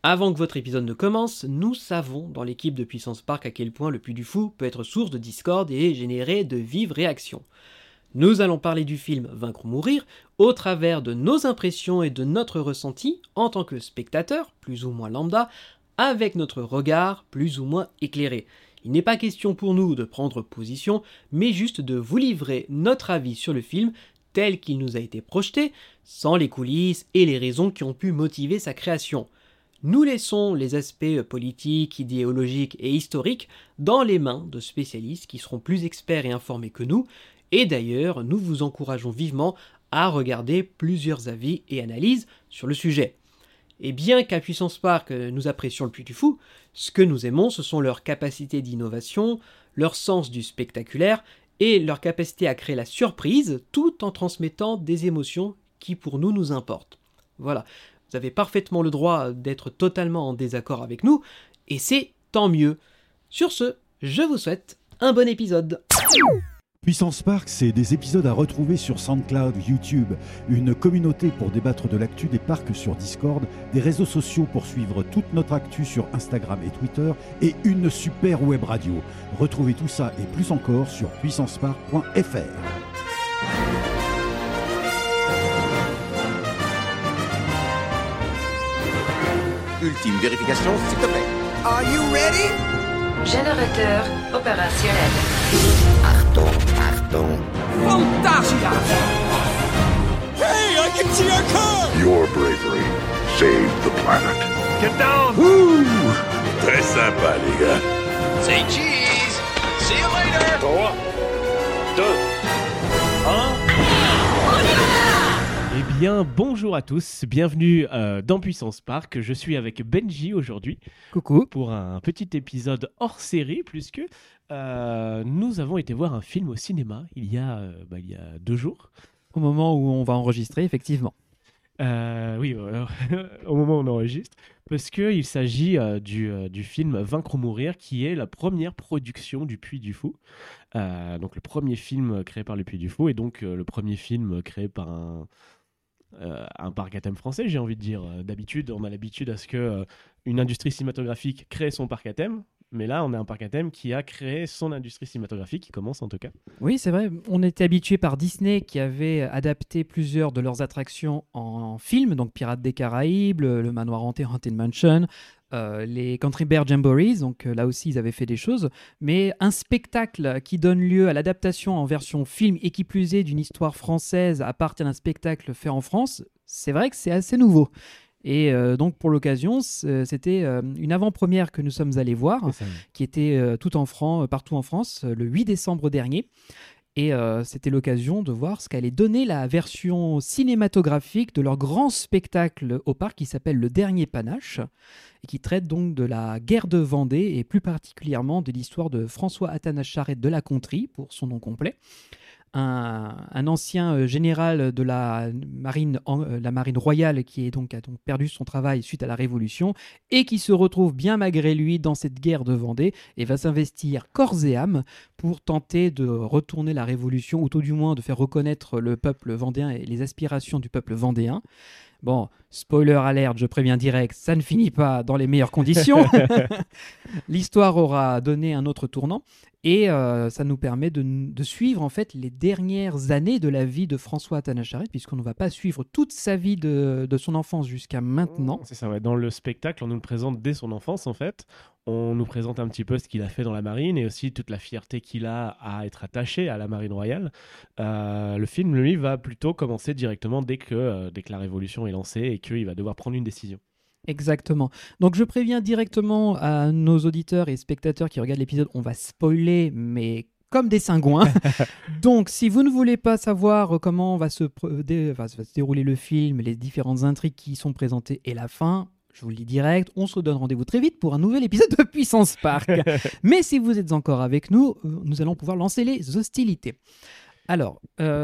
Avant que votre épisode ne commence, nous savons dans l'équipe de Puissance Park à quel point le Puy du Fou peut être source de discorde et générer de vives réactions. Nous allons parler du film Vaincre ou mourir au travers de nos impressions et de notre ressenti en tant que spectateur, plus ou moins lambda, avec notre regard plus ou moins éclairé. Il n'est pas question pour nous de prendre position, mais juste de vous livrer notre avis sur le film tel qu'il nous a été projeté, sans les coulisses et les raisons qui ont pu motiver sa création. Nous laissons les aspects politiques, idéologiques et historiques dans les mains de spécialistes qui seront plus experts et informés que nous, et d'ailleurs, nous vous encourageons vivement à regarder plusieurs avis et analyses sur le sujet. Et bien qu'à Puissance Park nous apprécions le Puy du Fou, ce que nous aimons, ce sont leurs capacités d'innovation, leur sens du spectaculaire et leur capacité à créer la surprise tout en transmettant des émotions qui pour nous importent. Voilà, vous avez parfaitement le droit d'être totalement en désaccord avec nous, et c'est tant mieux. Sur ce, je vous souhaite un bon épisode. Puissance Park, c'est des épisodes à retrouver sur SoundCloud, YouTube, une communauté pour débattre de l'actu des parcs sur Discord, des réseaux sociaux pour suivre toute notre actu sur Instagram et Twitter, et une super web radio. Retrouvez tout ça et plus encore sur puissancepark.fr. Ultime vérification, s'il te plaît. Are you ready? Générateur opérationnel. Achtung. Fantasia! Hey, I can see our car! Your bravery saved the planet. Get down! Woo! Très sympa, les gars. Say cheese! See you later! 3, 2, 1... Eh bien, bonjour à tous, bienvenue dans Puissance Park. Je suis avec Benji aujourd'hui. Coucou. Pour un petit épisode hors série, puisque nous avons été voir un film au cinéma il y a 2 jours. Au moment où on va enregistrer, effectivement. Oui, au moment où on enregistre, parce qu'il s'agit du film Vaincre ou mourir, qui est la première production du Puy du Fou. Donc le premier film créé par le Puy du Fou, et donc le premier film créé par un parc à thème français, j'ai envie de dire. D'habitude, on a l'habitude à ce que une industrie cinématographique crée son parc à thème, mais là, on a un parc à thème qui a créé son industrie cinématographique, qui commence en tout cas. Oui, c'est vrai. On était habitué par Disney qui avait adapté plusieurs de leurs attractions en film, donc Pirates des Caraïbes, le Manoir Hanté, Haunted Mansion, les Country Bear Jamborees, donc là aussi ils avaient fait des choses, mais un spectacle qui donne lieu à l'adaptation en version film et qui plus est d'une histoire française à partir d'un spectacle fait en France, c'est vrai que c'est assez nouveau. Et donc pour l'occasion, c'était une avant-première que nous sommes allés voir, qui était partout en France, le 8 décembre dernier. Et c'était l'occasion de voir ce qu'allait donner la version cinématographique de leur grand spectacle au parc qui s'appelle Le Dernier Panache et qui traite donc de la guerre de Vendée et plus particulièrement de l'histoire de François Athanase Charette de la Contrie, pour son nom complet. Un ancien général de la marine royale qui a donc perdu son travail suite à la Révolution et qui se retrouve bien malgré lui dans cette guerre de Vendée et va s'investir corps et âme pour tenter de retourner la Révolution ou tout du moins de faire reconnaître le peuple vendéen et les aspirations du peuple vendéen. Bon, spoiler alert, je préviens direct, ça ne finit pas dans les meilleures conditions. L'histoire aura donné un autre tournant et ça nous permet de suivre en fait les dernières années de la vie de François Athanase Charette, puisqu'on ne va pas suivre toute sa vie de son enfance jusqu'à maintenant. C'est ça, ouais. Dans le spectacle, on nous le présente dès son enfance en fait. On nous présente un petit peu ce qu'il a fait dans la marine et aussi toute la fierté qu'il a à être attaché à la marine royale. Le film, lui, va plutôt commencer directement dès que la Révolution est lancée et qu'il va devoir prendre une décision. Exactement. Donc je préviens directement à nos auditeurs et spectateurs qui regardent l'épisode, on va spoiler, mais comme des cingouins. Donc si vous ne voulez pas savoir comment va se dérouler le film, les différentes intrigues qui sont présentées et la fin, je vous le dis direct, on se donne rendez-vous très vite pour un nouvel épisode de Puissance Park. Mais si vous êtes encore avec nous, nous allons pouvoir lancer les hostilités. Alors,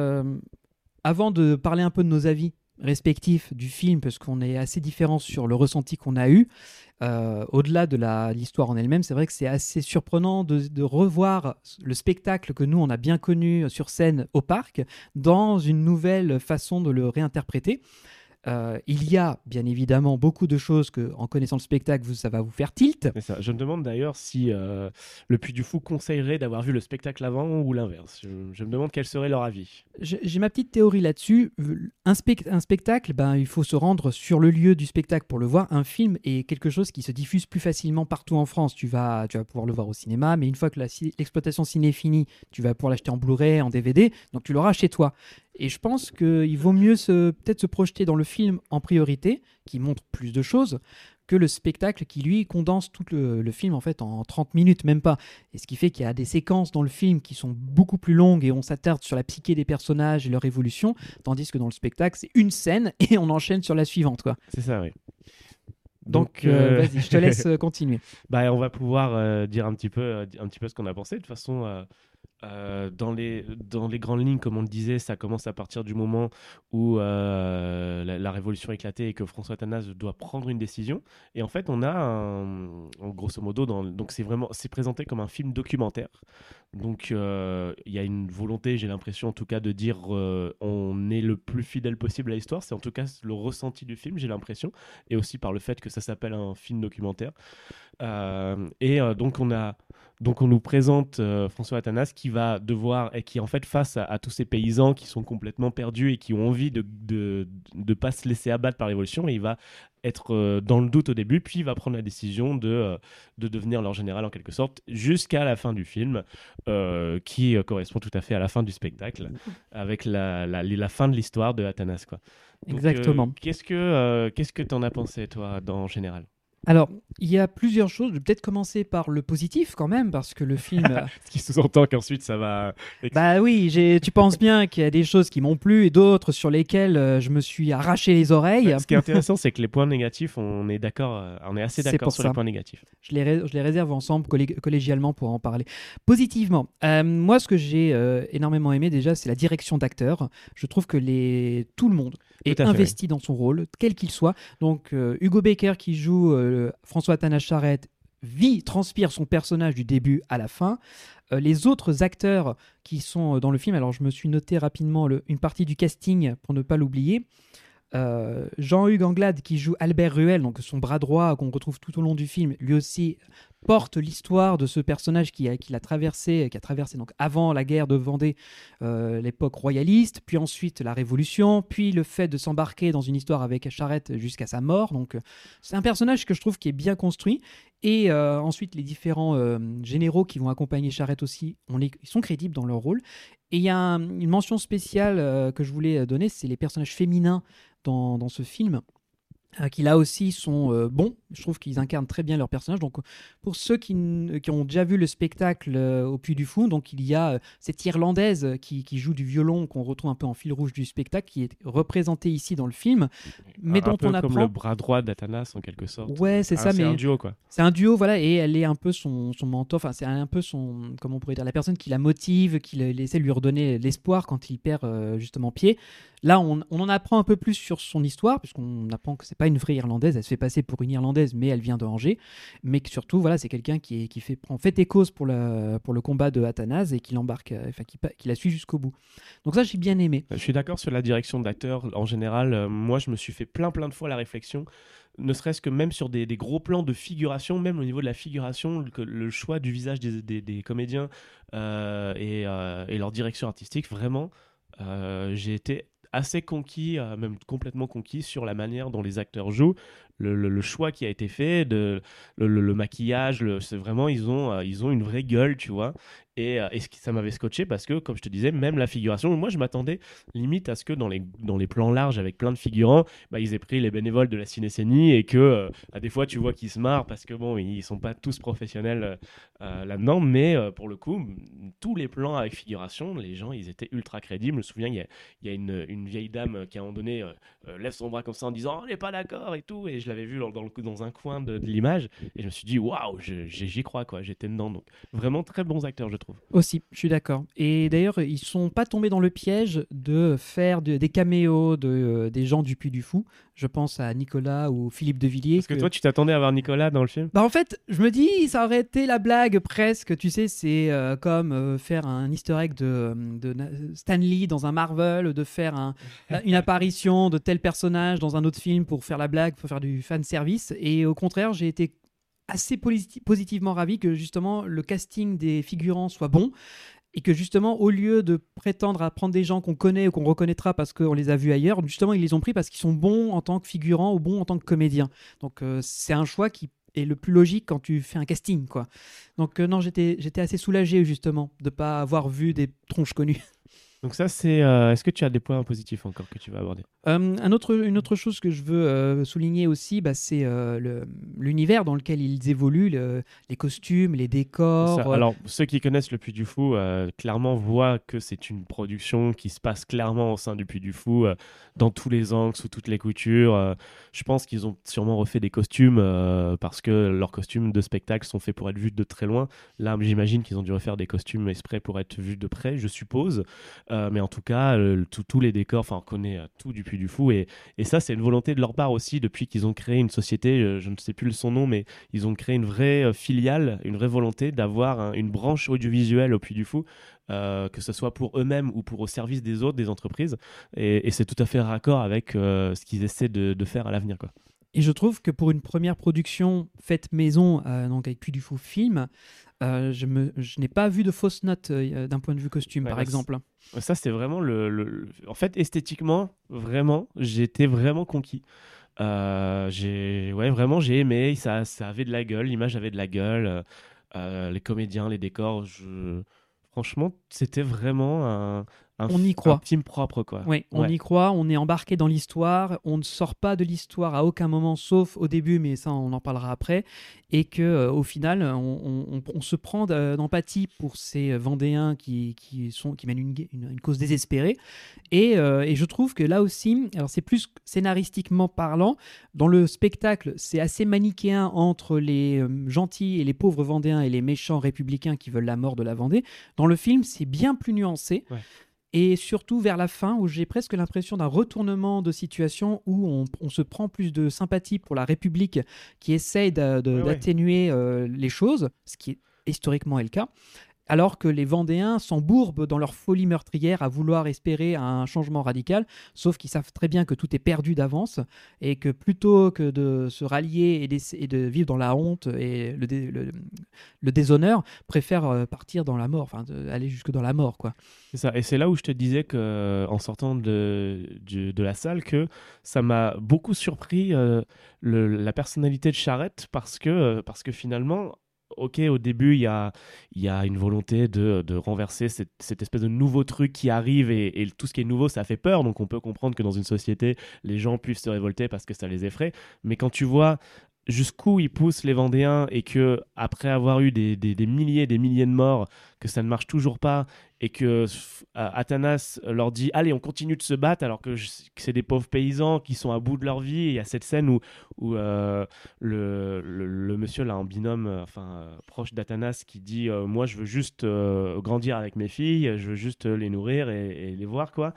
avant de parler un peu de nos avis respectifs du film, parce qu'on est assez différents sur le ressenti qu'on a eu, au-delà de l'histoire en elle-même, c'est vrai que c'est assez surprenant de revoir le spectacle que nous, on a bien connu sur scène au parc, dans une nouvelle façon de le réinterpréter. Il y a bien évidemment beaucoup de choses que, en connaissant le spectacle, ça va vous faire tilt. C'est ça. Je me demande d'ailleurs si le Puy du Fou conseillerait d'avoir vu le spectacle avant ou l'inverse. Je me demande quel serait leur avis. J'ai ma petite théorie là-dessus. Un spectacle, il faut se rendre sur le lieu du spectacle pour le voir. Un film est quelque chose qui se diffuse plus facilement partout en France. Tu vas pouvoir le voir au cinéma, mais une fois que l'exploitation ciné est finie, tu vas pouvoir l'acheter en Blu-ray, en DVD, donc tu l'auras chez toi. Et je pense qu'il vaut mieux peut-être se projeter dans le film en priorité, qui montre plus de choses, que le spectacle qui, lui, condense tout le film en fait en 30 minutes, même pas. Et ce qui fait qu'il y a des séquences dans le film qui sont beaucoup plus longues et on s'attarde sur la psyché des personnages et leur évolution, tandis que dans le spectacle, c'est une scène et on enchaîne sur la suivante, quoi. C'est ça, oui. Donc vas-y, je te laisse continuer. On va pouvoir dire un petit peu ce qu'on a pensé. De toute façon, dans les grandes lignes, comme on le disait, ça commence à partir du moment où la révolution a éclaté et que François Athanase doit prendre une décision. Et en fait, on a grosso modo, donc c'est présenté comme un film documentaire. Donc il y a une volonté, j'ai l'impression en tout cas, de dire on est le plus fidèle possible à l'histoire. C'est en tout cas le ressenti du film, j'ai l'impression, et aussi par le fait que ça s'appelle un film documentaire. Donc on nous présente François Athanase qui va devoir, et qui est en fait face à tous ces paysans qui sont complètement perdus et qui ont envie de pas se laisser abattre par l'évolution, et il va être dans le doute au début, puis il va prendre la décision de devenir leur général en quelque sorte, jusqu'à la fin du film, qui correspond tout à fait à la fin du spectacle, avec la fin de l'histoire de Athanase, quoi. Donc, exactement. Qu'est-ce que t'en as pensé, toi, en général ? Alors, il y a plusieurs choses. Je vais peut-être commencer par le positif quand même, parce que le film... Ce qui sous-entend qu'ensuite ça va... Bah oui, tu penses bien qu'il y a des choses qui m'ont plu et d'autres sur lesquelles je me suis arraché les oreilles. Ce qui est intéressant, c'est que les points négatifs, on est assez d'accord sur les points négatifs. Je les réserve ensemble collégialement pour en parler. Positivement, moi ce que j'ai énormément aimé déjà, c'est la direction d'acteurs. Je trouve que tout le monde est investi dans son rôle, quel qu'il soit. Donc Hugo Becker qui joue François Athanase Charette transpire son personnage du début à la fin. Les autres acteurs qui sont dans le film, alors je me suis noté rapidement une partie du casting pour ne pas l'oublier. Jean-Hugues Anglade qui joue Albert Ruel, donc son bras droit qu'on retrouve tout au long du film, lui aussi porte l'histoire de ce personnage qui a traversé donc avant la guerre de Vendée, l'époque royaliste, puis ensuite la Révolution, puis le fait de s'embarquer dans une histoire avec Charette jusqu'à sa mort. Donc c'est un personnage que je trouve qui est bien construit. Et ensuite les différents généraux qui vont accompagner Charette aussi, ils sont crédibles dans leur rôle. Et il y a une mention spéciale que je voulais donner, c'est les personnages féminins dans ce film, qui là aussi sont bons. Je trouve qu'ils incarnent très bien leurs personnages. Donc pour ceux qui ont déjà vu le spectacle au Puy du Fou, donc il y a cette Irlandaise qui joue du violon, qu'on retrouve un peu en fil rouge du spectacle, qui est représentée ici dans le film, mais dont on apprend... comme le bras droit d'Athanase en quelque sorte. Ouais, c'est ça, mais c'est un duo, quoi. C'est un duo, voilà, et elle est un peu son mentor, enfin c'est un peu son, comment on pourrait dire, la personne qui la motive, qui essaie de lui redonner l'espoir quand il perd justement pied. Là, on en apprend un peu plus sur son histoire, puisqu'on apprend que c'est pas une vraie Irlandaise, elle se fait passer pour une Irlandaise, mais elle vient de Angers. Mais que surtout, voilà, c'est quelqu'un qui prend fait et cause pour le combat de Athanase et qui l'embarque, qui la suit jusqu'au bout. Donc ça, j'ai bien aimé. Je suis d'accord sur la direction d'acteur en général. Moi, je me suis fait plein de fois la réflexion, ne serait-ce que même sur des gros plans de figuration, même au niveau de la figuration, le choix du visage des comédiens et leur direction artistique, vraiment, j'ai été assez conquis, même complètement conquis sur la manière dont les acteurs jouent, le choix qui a été fait, le maquillage, c'est vraiment, ils ont une vraie gueule, tu vois. Et ça m'avait scotché parce que, comme je te disais, même la figuration, moi je m'attendais limite à ce que dans les plans larges avec plein de figurants, ils aient pris les bénévoles de la cinécénie et que à des fois tu vois qu'ils se marrent parce que bon, ils sont pas tous professionnels là-dedans, mais pour le coup, tous les plans avec figuration, les gens ils étaient ultra crédibles. Je me souviens, il y a une vieille dame qui à un moment donné lève son bras comme ça en disant on n'est pas d'accord et tout, et je l'avais vu dans un coin de l'image et je me suis dit waouh, j'y crois quoi, j'étais dedans. Donc vraiment très bons acteurs je trouve. trouve. Aussi, je suis d'accord. Et d'ailleurs, ils sont pas tombés dans le piège de faire des caméos des gens du Puy du Fou. Je pense à Nicolas ou Philippe de Villiers. Parce que toi, tu t'attendais à voir Nicolas dans le film ? Bah en fait, je me dis, ça aurait été la blague presque. Tu sais, c'est comme faire un easter egg de Stan Lee dans un Marvel, de faire une apparition de tel personnage dans un autre film pour faire la blague, pour faire du fan service. Et au contraire, j'ai été assez positivement ravi que justement le casting des figurants soit bon. Et que justement, au lieu de prétendre à prendre des gens qu'on connaît ou qu'on reconnaîtra parce qu'on les a vus ailleurs, justement, ils les ont pris parce qu'ils sont bons en tant que figurants ou bons en tant que comédiens. Donc, c'est un choix qui est le plus logique quand tu fais un casting, quoi. Donc, non, j'étais assez soulagé, justement, de ne pas avoir vu des tronches connues. Donc ça, c'est... Est-ce que tu as des points positifs encore que tu vas aborder ? Une autre chose que je veux souligner aussi, c'est l'univers dans lequel ils évoluent, les costumes, les décors. Ça, alors, ceux qui connaissent le Puy du Fou, clairement voient que c'est une production qui se passe clairement au sein du Puy du Fou, dans tous les angles, sous toutes les coutures. Je pense qu'ils ont sûrement refait des costumes parce que leurs costumes de spectacle sont faits pour être vus de très loin. Là, j'imagine qu'ils ont dû refaire des costumes exprès pour être vus de près, je suppose. Mais en tout cas, tous les décors, on connaît tout du Puy du Fou. Et ça, c'est une volonté de leur part aussi, depuis qu'ils ont créé une société, je ne sais plus son nom, mais ils ont créé une vraie filiale, une vraie volonté d'avoir une branche audiovisuelle au Puy du Fou, que ce soit pour eux-mêmes ou au service des autres, des entreprises. Et c'est tout à fait raccord avec ce qu'ils essaient de faire à l'avenir, quoi. Et je trouve que pour une première production faite maison, donc avec Puy du Fou Film, je n'ai pas vu de fausses notes d'un point de vue costume, par exemple. Ça, c'est vraiment En fait, esthétiquement, vraiment, j'ai été vraiment conquis. J'ai aimé, ça avait de la gueule, l'image avait de la gueule, les comédiens, les décors, franchement, c'était vraiment on y croit. Un film propre, quoi. Oui, on y croit, on est embarqué dans l'histoire, on ne sort pas de l'histoire à aucun moment, sauf au début, mais ça, on en parlera après, et que au final, on se prend d'empathie pour ces Vendéens qui mènent une cause désespérée, et je trouve que là aussi, alors c'est plus scénaristiquement parlant, dans le spectacle, c'est assez manichéen entre les gentils et les pauvres Vendéens et les méchants républicains qui veulent la mort de la Vendée. Dans le film, c'est bien plus nuancé. Ouais. Et surtout vers la fin, où j'ai presque l'impression d'un retournement de situation où on se prend plus de sympathie pour la République qui essaye d'atténuer les choses, ce qui historiquement est le cas, alors que les Vendéens s'embourbent dans leur folie meurtrière à vouloir espérer un changement radical, sauf qu'ils savent très bien que tout est perdu d'avance et que plutôt que de se rallier et de vivre dans la honte et le déshonneur, préfèrent partir dans la mort, aller jusque dans la mort, quoi. C'est ça, et c'est là où je te disais qu'en sortant de la salle, que ça m'a beaucoup surpris la personnalité de Charette, parce que finalement... Ok, au début, il y a une volonté de renverser cette espèce de nouveau truc qui arrive, et tout ce qui est nouveau, ça fait peur. Donc on peut comprendre que dans une société, les gens puissent se révolter parce que ça les effraie. Mais quand tu vois jusqu'où ils poussent les Vendéens, et que après avoir eu des milliers de morts, que ça ne marche toujours pas, et que Athanas leur dit allez, on continue de se battre, alors que c'est des pauvres paysans qui sont à bout de leur vie. Et il y a cette scène où le monsieur là en binôme, proche d'Athanas, qui dit moi je veux juste grandir avec mes filles, je veux juste les nourrir et les voir, quoi.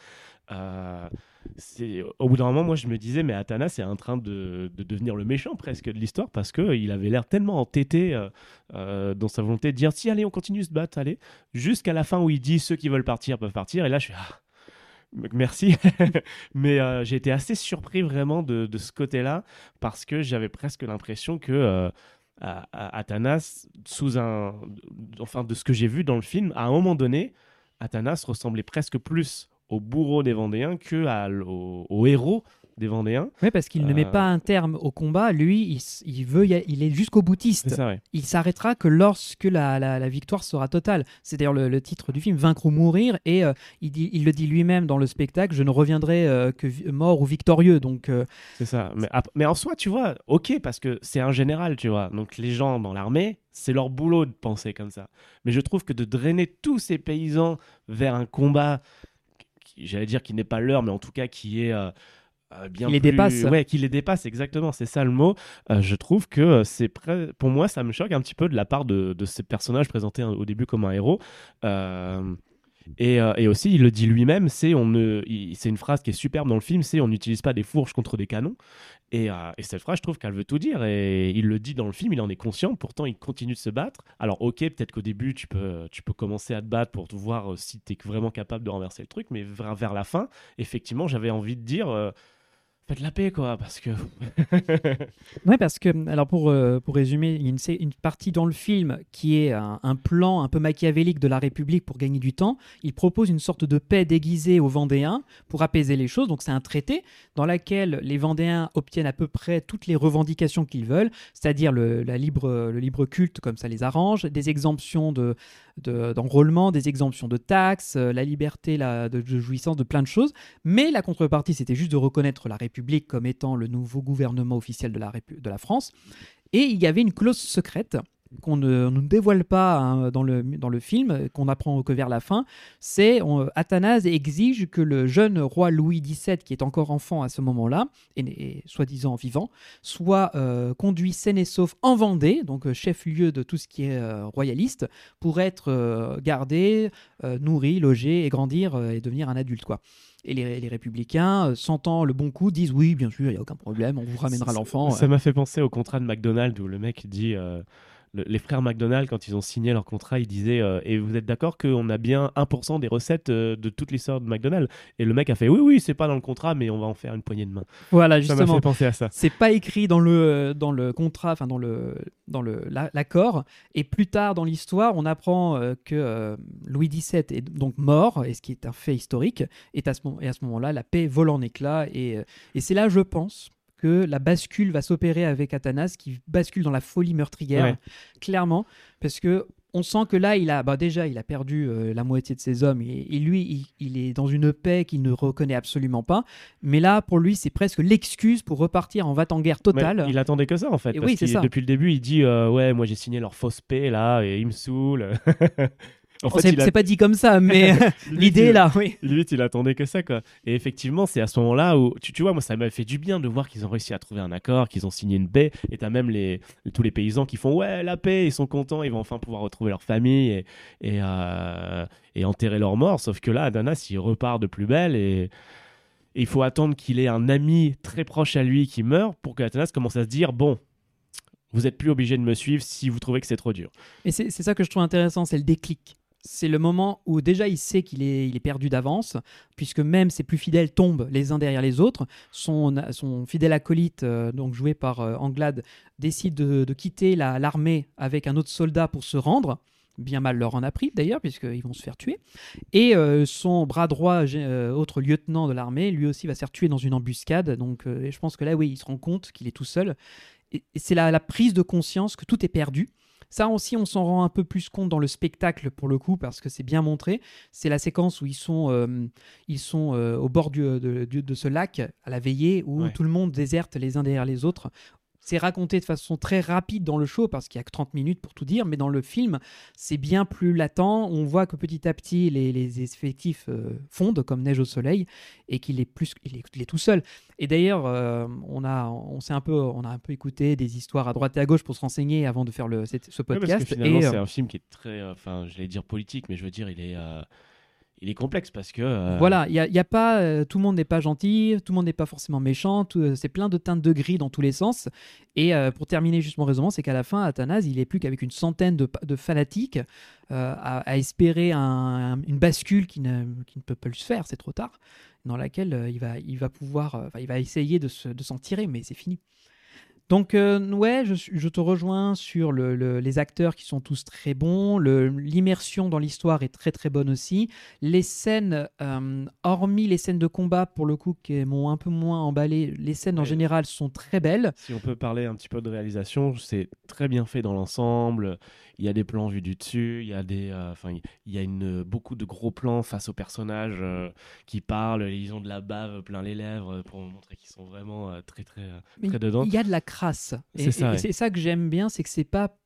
Au bout d'un moment, moi je me disais, mais Athanas est en train de devenir le méchant presque de l'histoire, parce qu'il avait l'air tellement entêté dans sa volonté de dire si, allez, on continue de se battre, allez, jusqu'à la fin où il dit ceux qui veulent partir peuvent partir. Et là je suis merci. Mais j'ai été assez surpris vraiment de ce côté-là, parce que j'avais presque l'impression que Athanas, de ce que j'ai vu dans le film, à un moment donné, Athanas ressemblait presque plus au bourreau des Vendéens au héros des Vendéens. Oui, parce qu'il ne met pas un terme au combat. Lui, il est jusqu'au boutiste. C'est ça, ouais. Il s'arrêtera que lorsque la victoire sera totale. C'est d'ailleurs le titre du film, Vaincre ou mourir. Et il le dit lui-même dans le spectacle, je ne reviendrai que mort ou victorieux. Donc, c'est ça. Mais en soi, tu vois, ok, parce que c'est un général, tu vois. Donc les gens dans l'armée, c'est leur boulot de penser comme ça. Mais je trouve que de drainer tous ces paysans vers un combat, j'allais dire qui n'est pas leur, mais en tout cas qui est bien qui les plus... dépasse. Ouais, qui les dépasse, exactement, c'est ça le mot. Je trouve que pour moi, ça me choque un petit peu de la part de ces personnages présentés au début comme un héros. Et aussi, il le dit lui-même, c'est une phrase qui est superbe dans le film, c'est on n'utilise pas des fourches contre des canons. Et cette phrase, je trouve qu'elle veut tout dire. Et il le dit dans le film, il en est conscient. Pourtant, il continue de se battre. Alors, ok, peut-être qu'au début, tu peux commencer à te battre pour voir si tu es vraiment capable de renverser le truc. Mais vers la fin, effectivement, j'avais envie de dire faites la paix, quoi. Parce que. Ouais, parce que, alors pour résumer, il y a une partie dans le film qui est un plan un peu machiavélique de la République pour gagner du temps. Il propose une sorte de paix déguisée aux Vendéens pour apaiser les choses. Donc c'est un traité dans lequel les Vendéens obtiennent à peu près toutes les revendications qu'ils veulent, c'est-à-dire le libre culte comme ça les arrange, des exemptions d'enrôlement, des exemptions de taxes, la liberté de jouissance de plein de choses. Mais la contrepartie, c'était juste de reconnaître la République comme étant le nouveau gouvernement officiel de la France. Et il y avait une clause secrète qu'on ne dévoile pas dans le film, qu'on apprend que vers la fin, c'est Athanase exige que le jeune roi Louis XVII, qui est encore enfant à ce moment-là, et soi-disant vivant, soit conduit sain et sauf en Vendée, donc chef-lieu de tout ce qui est royaliste, pour être gardé, nourri, logé et grandir et devenir un adulte, quoi. Et les républicains, sentant le bon coup, disent oui, bien sûr, il n'y a aucun problème, on vous ramènera l'enfant. Ça m'a fait penser au contrat de McDonald's où le mec dit les frères McDonald, quand ils ont signé leur contrat, ils disaient et vous êtes d'accord qu'on a bien 1% des recettes de toute l'histoire de McDonald's? Et le mec a fait oui, c'est pas dans le contrat, mais on va en faire une poignée de main. Voilà, justement. Ça m'a fait penser à ça. C'est pas écrit dans le contrat, enfin dans l'accord. Et plus tard dans l'histoire, on apprend que Louis XVII est donc mort, et ce qui est un fait historique. Et à ce moment-là, la paix vole en éclats. Et c'est là, je pense, que la bascule va s'opérer avec Athanase, qui bascule dans la folie meurtrière, clairement, parce que on sent que là, il a perdu la moitié de ses hommes, et lui, il est dans une paix qu'il ne reconnaît absolument pas, mais là, pour lui, c'est presque l'excuse pour repartir en va-t-en-guerre totale. Mais il attendait que ça, en fait, et parce oui, c'est ça. Depuis le début, il dit ouais, moi j'ai signé leur fausse paix, là, et il me saoule. En fait, c'est pas dit comme ça, mais l'idée est là, oui. Limite, il attendait que ça, quoi. Et effectivement, c'est à ce moment-là où, tu vois, moi, ça m'a fait du bien de voir qu'ils ont réussi à trouver un accord, qu'ils ont signé une paix. Et t'as même tous les paysans qui font ouais, la paix, ils sont contents, ils vont enfin pouvoir retrouver leur famille et enterrer leurs morts. Sauf que là, Athanase, il repart de plus belle et il faut attendre qu'il ait un ami très proche à lui qui meurt pour que Athanase commence à se dire bon, vous êtes plus obligé de me suivre si vous trouvez que c'est trop dur. Et c'est ça que je trouve intéressant, c'est le déclic. C'est le moment où déjà il sait qu'il est perdu d'avance, puisque même ses plus fidèles tombent les uns derrière les autres. Son fidèle acolyte, donc joué par Anglade, décide de quitter l'armée avec un autre soldat pour se rendre. Bien mal leur en a pris d'ailleurs, puisqu'ils vont se faire tuer. Et son bras droit, autre lieutenant de l'armée, lui aussi va se faire tuer dans une embuscade. Donc je pense que là, oui, il se rend compte qu'il est tout seul. Et c'est la prise de conscience que tout est perdu. Ça aussi, on s'en rend un peu plus compte dans le spectacle pour le coup, parce que c'est bien montré. C'est la séquence où ils sont au bord de ce lac, à la veillée, où tout le monde déserte les uns derrière les autres. C'est raconté de façon très rapide dans le show, parce qu'il n'y a que 30 minutes pour tout dire, mais dans le film, c'est bien plus latent. On voit que petit à petit, les effectifs fondent comme neige au soleil, et qu'il est tout seul. Et d'ailleurs, on a un peu écouté des histoires à droite et à gauche pour se renseigner avant de faire ce podcast. Parce que finalement, c'est un film qui est très, j'allais dire politique, mais je veux dire, il est complexe parce que... Voilà, il y a pas... tout le monde n'est pas gentil, tout le monde n'est pas forcément méchant, c'est plein de teintes de gris dans tous les sens. Et pour terminer juste mon raisonnement, c'est qu'à la fin, Athanase, il est plus qu'avec une centaine de fanatiques à espérer une bascule qui ne peut pas le faire, c'est trop tard, dans laquelle il va essayer de s'en tirer, mais c'est fini. Donc, je te rejoins sur les acteurs qui sont tous très bons. L'immersion dans l'histoire est très très bonne aussi. Les scènes, hormis les scènes de combat, pour le coup, qui m'ont un peu moins emballé, les scènes en général sont très belles. Si on peut parler un petit peu de réalisation, c'est très bien fait dans l'ensemble. Il y a des plans vus du dessus, il y a beaucoup de gros plans face aux personnages qui parlent, ils ont de la bave plein les lèvres pour montrer qu'ils sont vraiment très dedans. Il y a de la crasse. C'est ça, et c'est ça que j'aime bien, c'est que c'est pas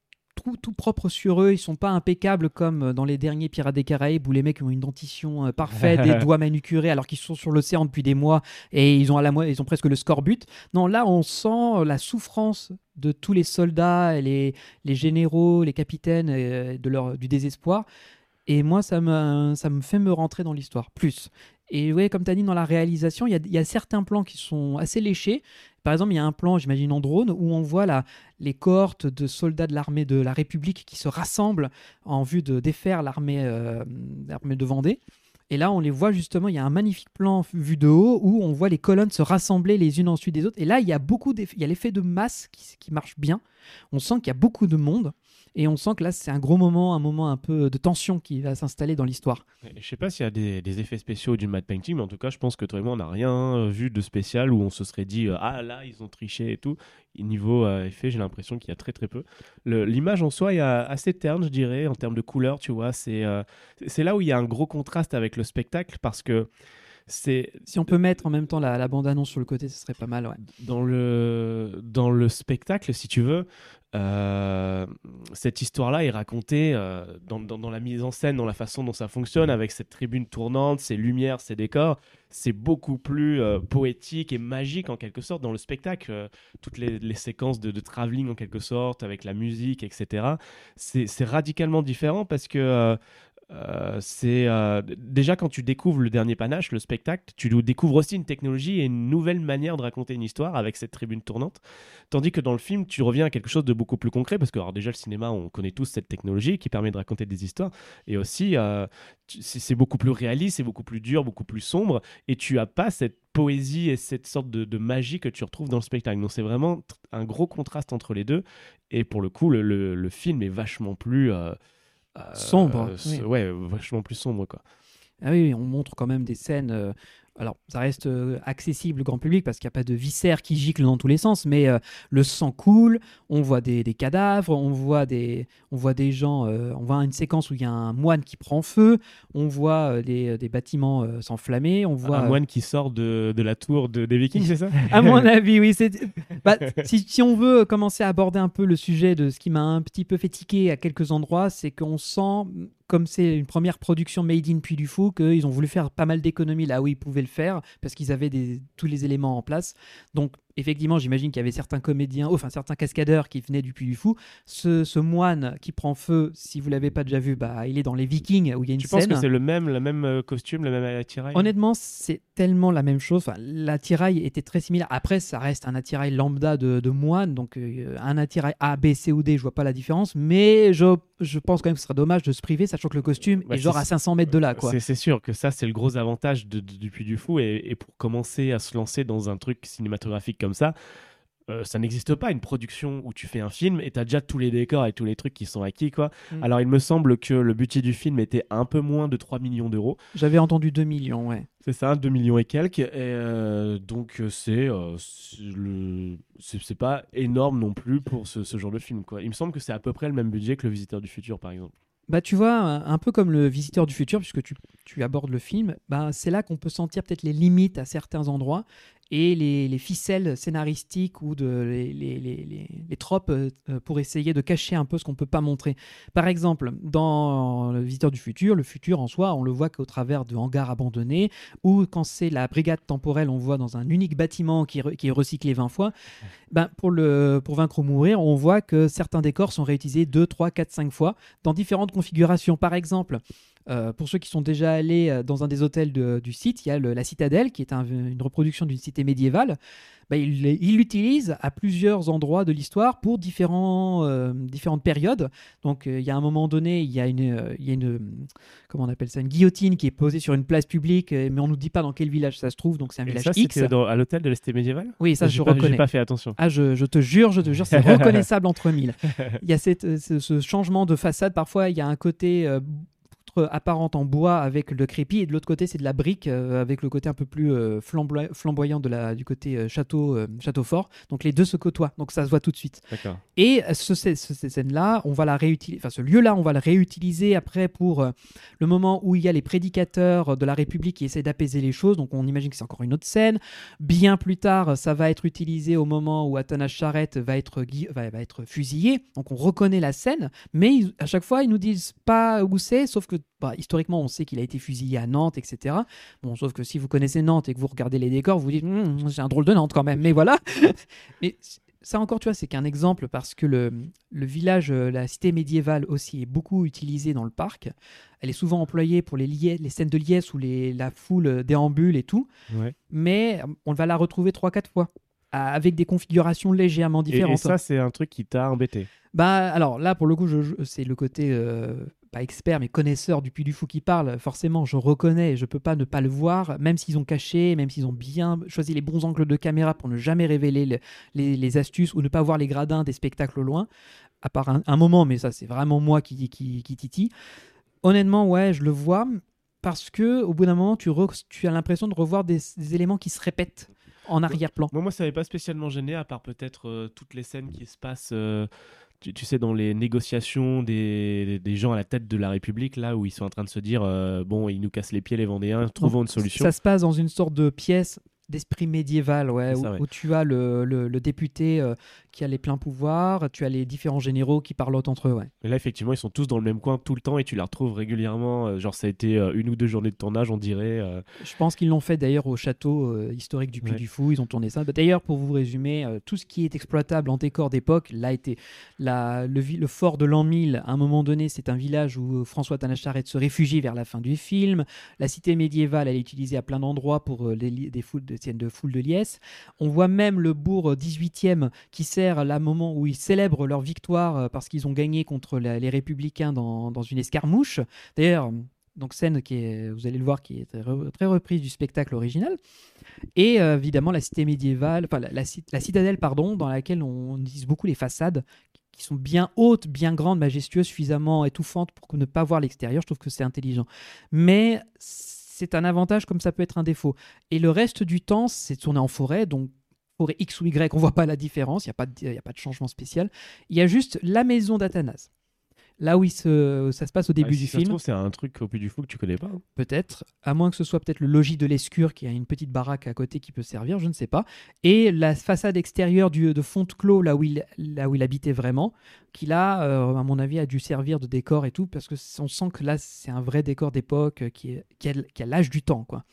tout propre sur eux. Ils sont pas impeccables comme dans les derniers Pirates des Caraïbes où les mecs ont une dentition parfaite, des doigts manucurés alors qu'ils sont sur l'océan depuis des mois et ils ont presque le scorbut. Non, là on sent la souffrance de tous les soldats, et les généraux, les capitaines du désespoir. Et moi, ça me fait me rentrer dans l'histoire, plus. Et ouais, comme tu as dit, dans la réalisation, il y a certains plans qui sont assez léchés. Par exemple, il y a un plan, j'imagine en drone, où on voit les cohortes de soldats de l'armée de la République qui se rassemblent en vue de défaire l'armée de Vendée. Et là, on les voit justement, il y a un magnifique plan vu de haut où on voit les colonnes se rassembler les unes ensuite des autres. Et là, il y a l'effet de masse qui marche bien. On sent qu'il y a beaucoup de monde. Et on sent que là, c'est un gros moment, un moment un peu de tension qui va s'installer dans l'histoire. Je sais pas s'il y a des effets spéciaux du matte painting, mais en tout cas, je pense que toi et moi, on n'a rien vu de spécial où on se serait dit ah là, ils ont triché et tout. Et niveau effet, j'ai l'impression qu'il y a très très peu. L'image en soi est assez terne, je dirais, en termes de couleur, tu vois. C'est là où il y a un gros contraste avec le spectacle parce que si on peut mettre en même temps la bande-annonce sur le côté, ce serait pas mal. Ouais. Dans le spectacle, si tu veux, cette histoire-là est racontée dans la mise en scène, dans la façon dont ça fonctionne, avec cette tribune tournante, ces lumières, ces décors. C'est beaucoup plus poétique et magique en quelque sorte dans le spectacle. Toutes les séquences de travelling en quelque sorte, avec la musique, etc. C'est radicalement différent parce que déjà quand tu découvres le dernier panache, le spectacle, tu découvres aussi une technologie et une nouvelle manière de raconter une histoire avec cette tribune tournante, tandis que dans le film tu reviens à quelque chose de beaucoup plus concret parce que alors déjà le cinéma, on connaît tous cette technologie qui permet de raconter des histoires et aussi c'est beaucoup plus réaliste, c'est beaucoup plus dur, beaucoup plus sombre et tu as pas cette poésie et cette sorte de magie que tu retrouves dans le spectacle. Donc c'est vraiment un gros contraste entre les deux et pour le coup le film est vachement plus sombre. Oui. Ouais, vachement plus sombre, quoi. Ah oui, on montre quand même des scènes. Alors, ça reste accessible au grand public parce qu'il n'y a pas de viscères qui giclent dans tous les sens, mais le sang coule, on voit des cadavres, on voit des gens, on voit une séquence où il y a un moine qui prend feu, on voit des bâtiments s'enflammer, on voit... Un moine qui sort de la tour des Vikings, c'est ça? À mon avis, oui. Si on veut commencer à aborder un peu le sujet de ce qui m'a un petit peu fait tiquer à quelques endroits, c'est qu'on sent... Comme c'est une première production made in Puy du Fou, qu'ils ont voulu faire pas mal d'économies là où ils pouvaient le faire, parce qu'ils avaient tous les éléments en place. Donc, effectivement, j'imagine qu'il y avait certains comédiens, enfin certains cascadeurs qui venaient du Puy du Fou. Ce moine qui prend feu, si vous ne l'avez pas déjà vu, il est dans les Vikings, où il y a une scène. Tu penses que c'est le même costume, le même attirail? Honnêtement, c'est tellement la même chose. Enfin, l'attirail était très similaire. Après, ça reste un attirail lambda de moine, donc un attirail A, B, C ou D, je vois pas la différence. Mais je pense quand même que ce serait dommage de se priver, sachant que le costume est genre à 500 mètres de là, quoi. C'est sûr que ça, c'est le gros avantage du Puy du Fou. Et pour commencer à se lancer dans un truc cinématographique comme ça n'existe pas une production où tu fais un film et tu as déjà tous les décors et tous les trucs qui sont acquis, quoi. Alors il me semble que le budget du film était un peu moins de 3 millions d'euros. J'avais entendu 2 millions, ouais. C'est ça, 2 millions et quelques. Et donc c'est pas énorme non plus pour ce genre de film, quoi. Il me semble que c'est à peu près le même budget que Le Visiteur du Futur, par exemple. Tu vois, un peu comme Le Visiteur du Futur, puisque tu abordes le film, c'est là qu'on peut sentir peut-être les limites à certains endroits et les ficelles scénaristiques ou les tropes pour essayer de cacher un peu ce qu'on ne peut pas montrer. Par exemple, dans Le Visiteur du Futur, le futur en soi, on le voit qu'au travers de hangars abandonnés ou quand c'est la brigade temporelle, on voit dans un unique bâtiment qui est recyclé 20 fois. Pour Vaincre ou Mourir, on voit que certains décors sont réutilisés 2, 3, 4, 5 fois dans différentes configurations. Par exemple, pour ceux qui sont déjà allés dans un des hôtels du site, il y a la Citadelle, qui est une reproduction d'une cité médiévale. Il l'utilise à plusieurs endroits de l'histoire pour différentes périodes. Donc, il y a un moment donné, il y a une comment on appelle ça, une guillotine qui est posée sur une place publique, mais on nous dit pas dans quel village ça se trouve. Donc, c'est un village X. C'était à l'hôtel de la cité médiévale? Oui, ça je reconnais. J'ai pas fait attention. Ah, je te jure, c'est reconnaissable entre mille. Il y a ce changement de façade. Parfois, il y a un côté monstre apparente en bois avec le crépi, et de l'autre côté c'est de la brique avec le côté un peu plus flamboyant du côté château fort. Donc les deux se côtoient, donc ça se voit tout de suite. D'accord. Et cette scène-là, on va la réutiliser. Enfin, ce lieu-là, on va le réutiliser après pour le moment où il y a les prédicateurs de la République qui essaient d'apaiser les choses. Donc on imagine que c'est encore une autre scène. Bien plus tard, ça va être utilisé au moment où Athanas Charrette va être fusillé. Donc on reconnaît la scène, mais à chaque fois, ils nous disent pas où c'est, sauf que historiquement, on sait qu'il a été fusillé à Nantes, etc. Bon, sauf que si vous connaissez Nantes et que vous regardez les décors, vous vous dites c'est un drôle de Nantes quand même. Mais voilà. Mais ça encore, tu vois, c'est qu'un exemple parce que le village, la cité médiévale aussi est beaucoup utilisée dans le parc. Elle est souvent employée pour les scènes de liesse où la foule déambule et tout. Ouais. Mais on va la retrouver 3-4 fois avec des configurations légèrement différentes. Et ça, c'est un truc qui t'a embêté? Alors là, pour le coup, c'est le côté pas expert, mais connaisseur du Puy du Fou qui parle. Forcément, je reconnais et je peux pas ne pas le voir, même s'ils ont caché, même s'ils ont bien choisi les bons angles de caméra pour ne jamais révéler les astuces ou ne pas voir les gradins des spectacles au loin, à part un moment, mais ça, c'est vraiment moi qui titille. Honnêtement, ouais, je le vois parce que au bout d'un moment, tu as l'impression de revoir des éléments qui se répètent en arrière-plan. Moi, ça m'avait pas spécialement gêné, à part peut-être toutes les scènes qui se passent, tu sais, dans les négociations des gens à la tête de la République, là où ils sont en train de se dire bon, ils nous cassent les pieds les Vendéens, trouvons une solution. Ça se passe dans une sorte de pièce d'esprit médiéval, où tu as le député qui a les pleins pouvoirs, tu as les différents généraux qui parlent entre eux. Ouais. Et là, effectivement, ils sont tous dans le même coin tout le temps et tu les retrouves régulièrement. Genre, ça a été 1 ou 2 journées de tournage, on dirait. Je pense qu'ils l'ont fait d'ailleurs au château historique du Puy du Fou. Ils ont tourné ça. D'ailleurs, pour vous résumer, tout ce qui est exploitable en décor d'époque, là était le fort de l'an 1000. À un moment donné, c'est un village où François Athanas Charrette se réfugie vers la fin du film. La cité médiévale, elle est utilisée à plein d'endroits pour des foules de liesse. On voit même le bourg 18e qui sert à moment où ils célèbrent leur victoire parce qu'ils ont gagné contre les républicains dans une escarmouche. D'ailleurs, donc scène vous allez le voir, qui est très reprise du spectacle original. Et évidemment la cité médiévale, enfin la citadelle, pardon, dans laquelle on utilise beaucoup les façades qui sont bien hautes, bien grandes, majestueuses, suffisamment étouffantes pour ne pas voir l'extérieur. Je trouve que c'est intelligent. Mais c'est un avantage comme ça peut être un défaut. Et le reste du temps, c'est tourné en forêt, donc forêt X ou Y, on voit pas la différence, il n'y a pas de changement spécial. Il y a juste la maison d'Athanas. Là où ça se passe au début du film. Ça se trouve, c'est un truc au Puy du Fou que tu connais pas. Peut-être, à moins que ce soit peut-être le logis de l'Escure qui a une petite baraque à côté qui peut servir, je ne sais pas. Et la façade extérieure de Fonteclos, là où il habitait vraiment, qui là, à mon avis, a dû servir de décor et tout, parce que on sent que là, c'est un vrai décor d'époque qui a l'âge du temps, quoi.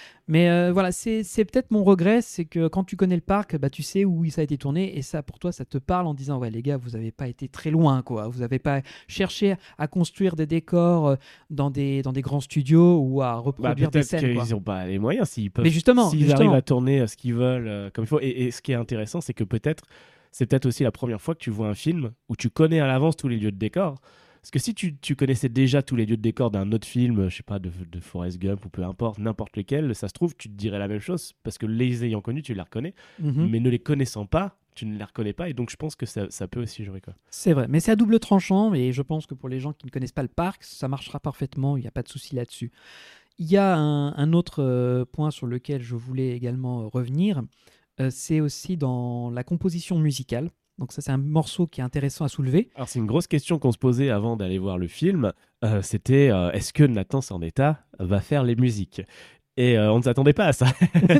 Mais voilà, c'est peut-être mon regret, c'est que quand tu connais le parc, tu sais où ça a été tourné, et ça, pour toi, ça te parle en disant ouais les gars, vous n'avez pas été très loin, quoi. Vous n'avez pas cherché à construire des décors dans des grands studios ou à reproduire des scènes. Peut-être qu'ils n'ont pas les moyens, s'ils arrivent à tourner ce qu'ils veulent comme il faut. Et ce qui est intéressant, c'est que c'est peut-être aussi la première fois que tu vois un film où tu connais à l'avance tous les lieux de décor. Parce que si tu connaissais déjà tous les lieux de décor d'un autre film, je sais pas, de Forrest Gump ou peu importe, n'importe lequel, ça se trouve, tu te dirais la même chose, parce que les ayant connus, tu les reconnais, mais ne les connaissant pas, tu ne les reconnais pas, et donc je pense que ça peut aussi jouer, quoi. C'est vrai, mais c'est à double tranchant, et je pense que pour les gens qui ne connaissent pas le parc, ça marchera parfaitement, il n'y a pas de souci là-dessus. Il y a un autre point sur lequel je voulais également revenir, c'est aussi dans la composition musicale. Donc ça, c'est un morceau qui est intéressant à soulever. Alors c'est une grosse question qu'on se posait avant d'aller voir le film. C'était est-ce que Nathan Sandetta va faire les musiques ? Et on ne s'attendait pas à ça.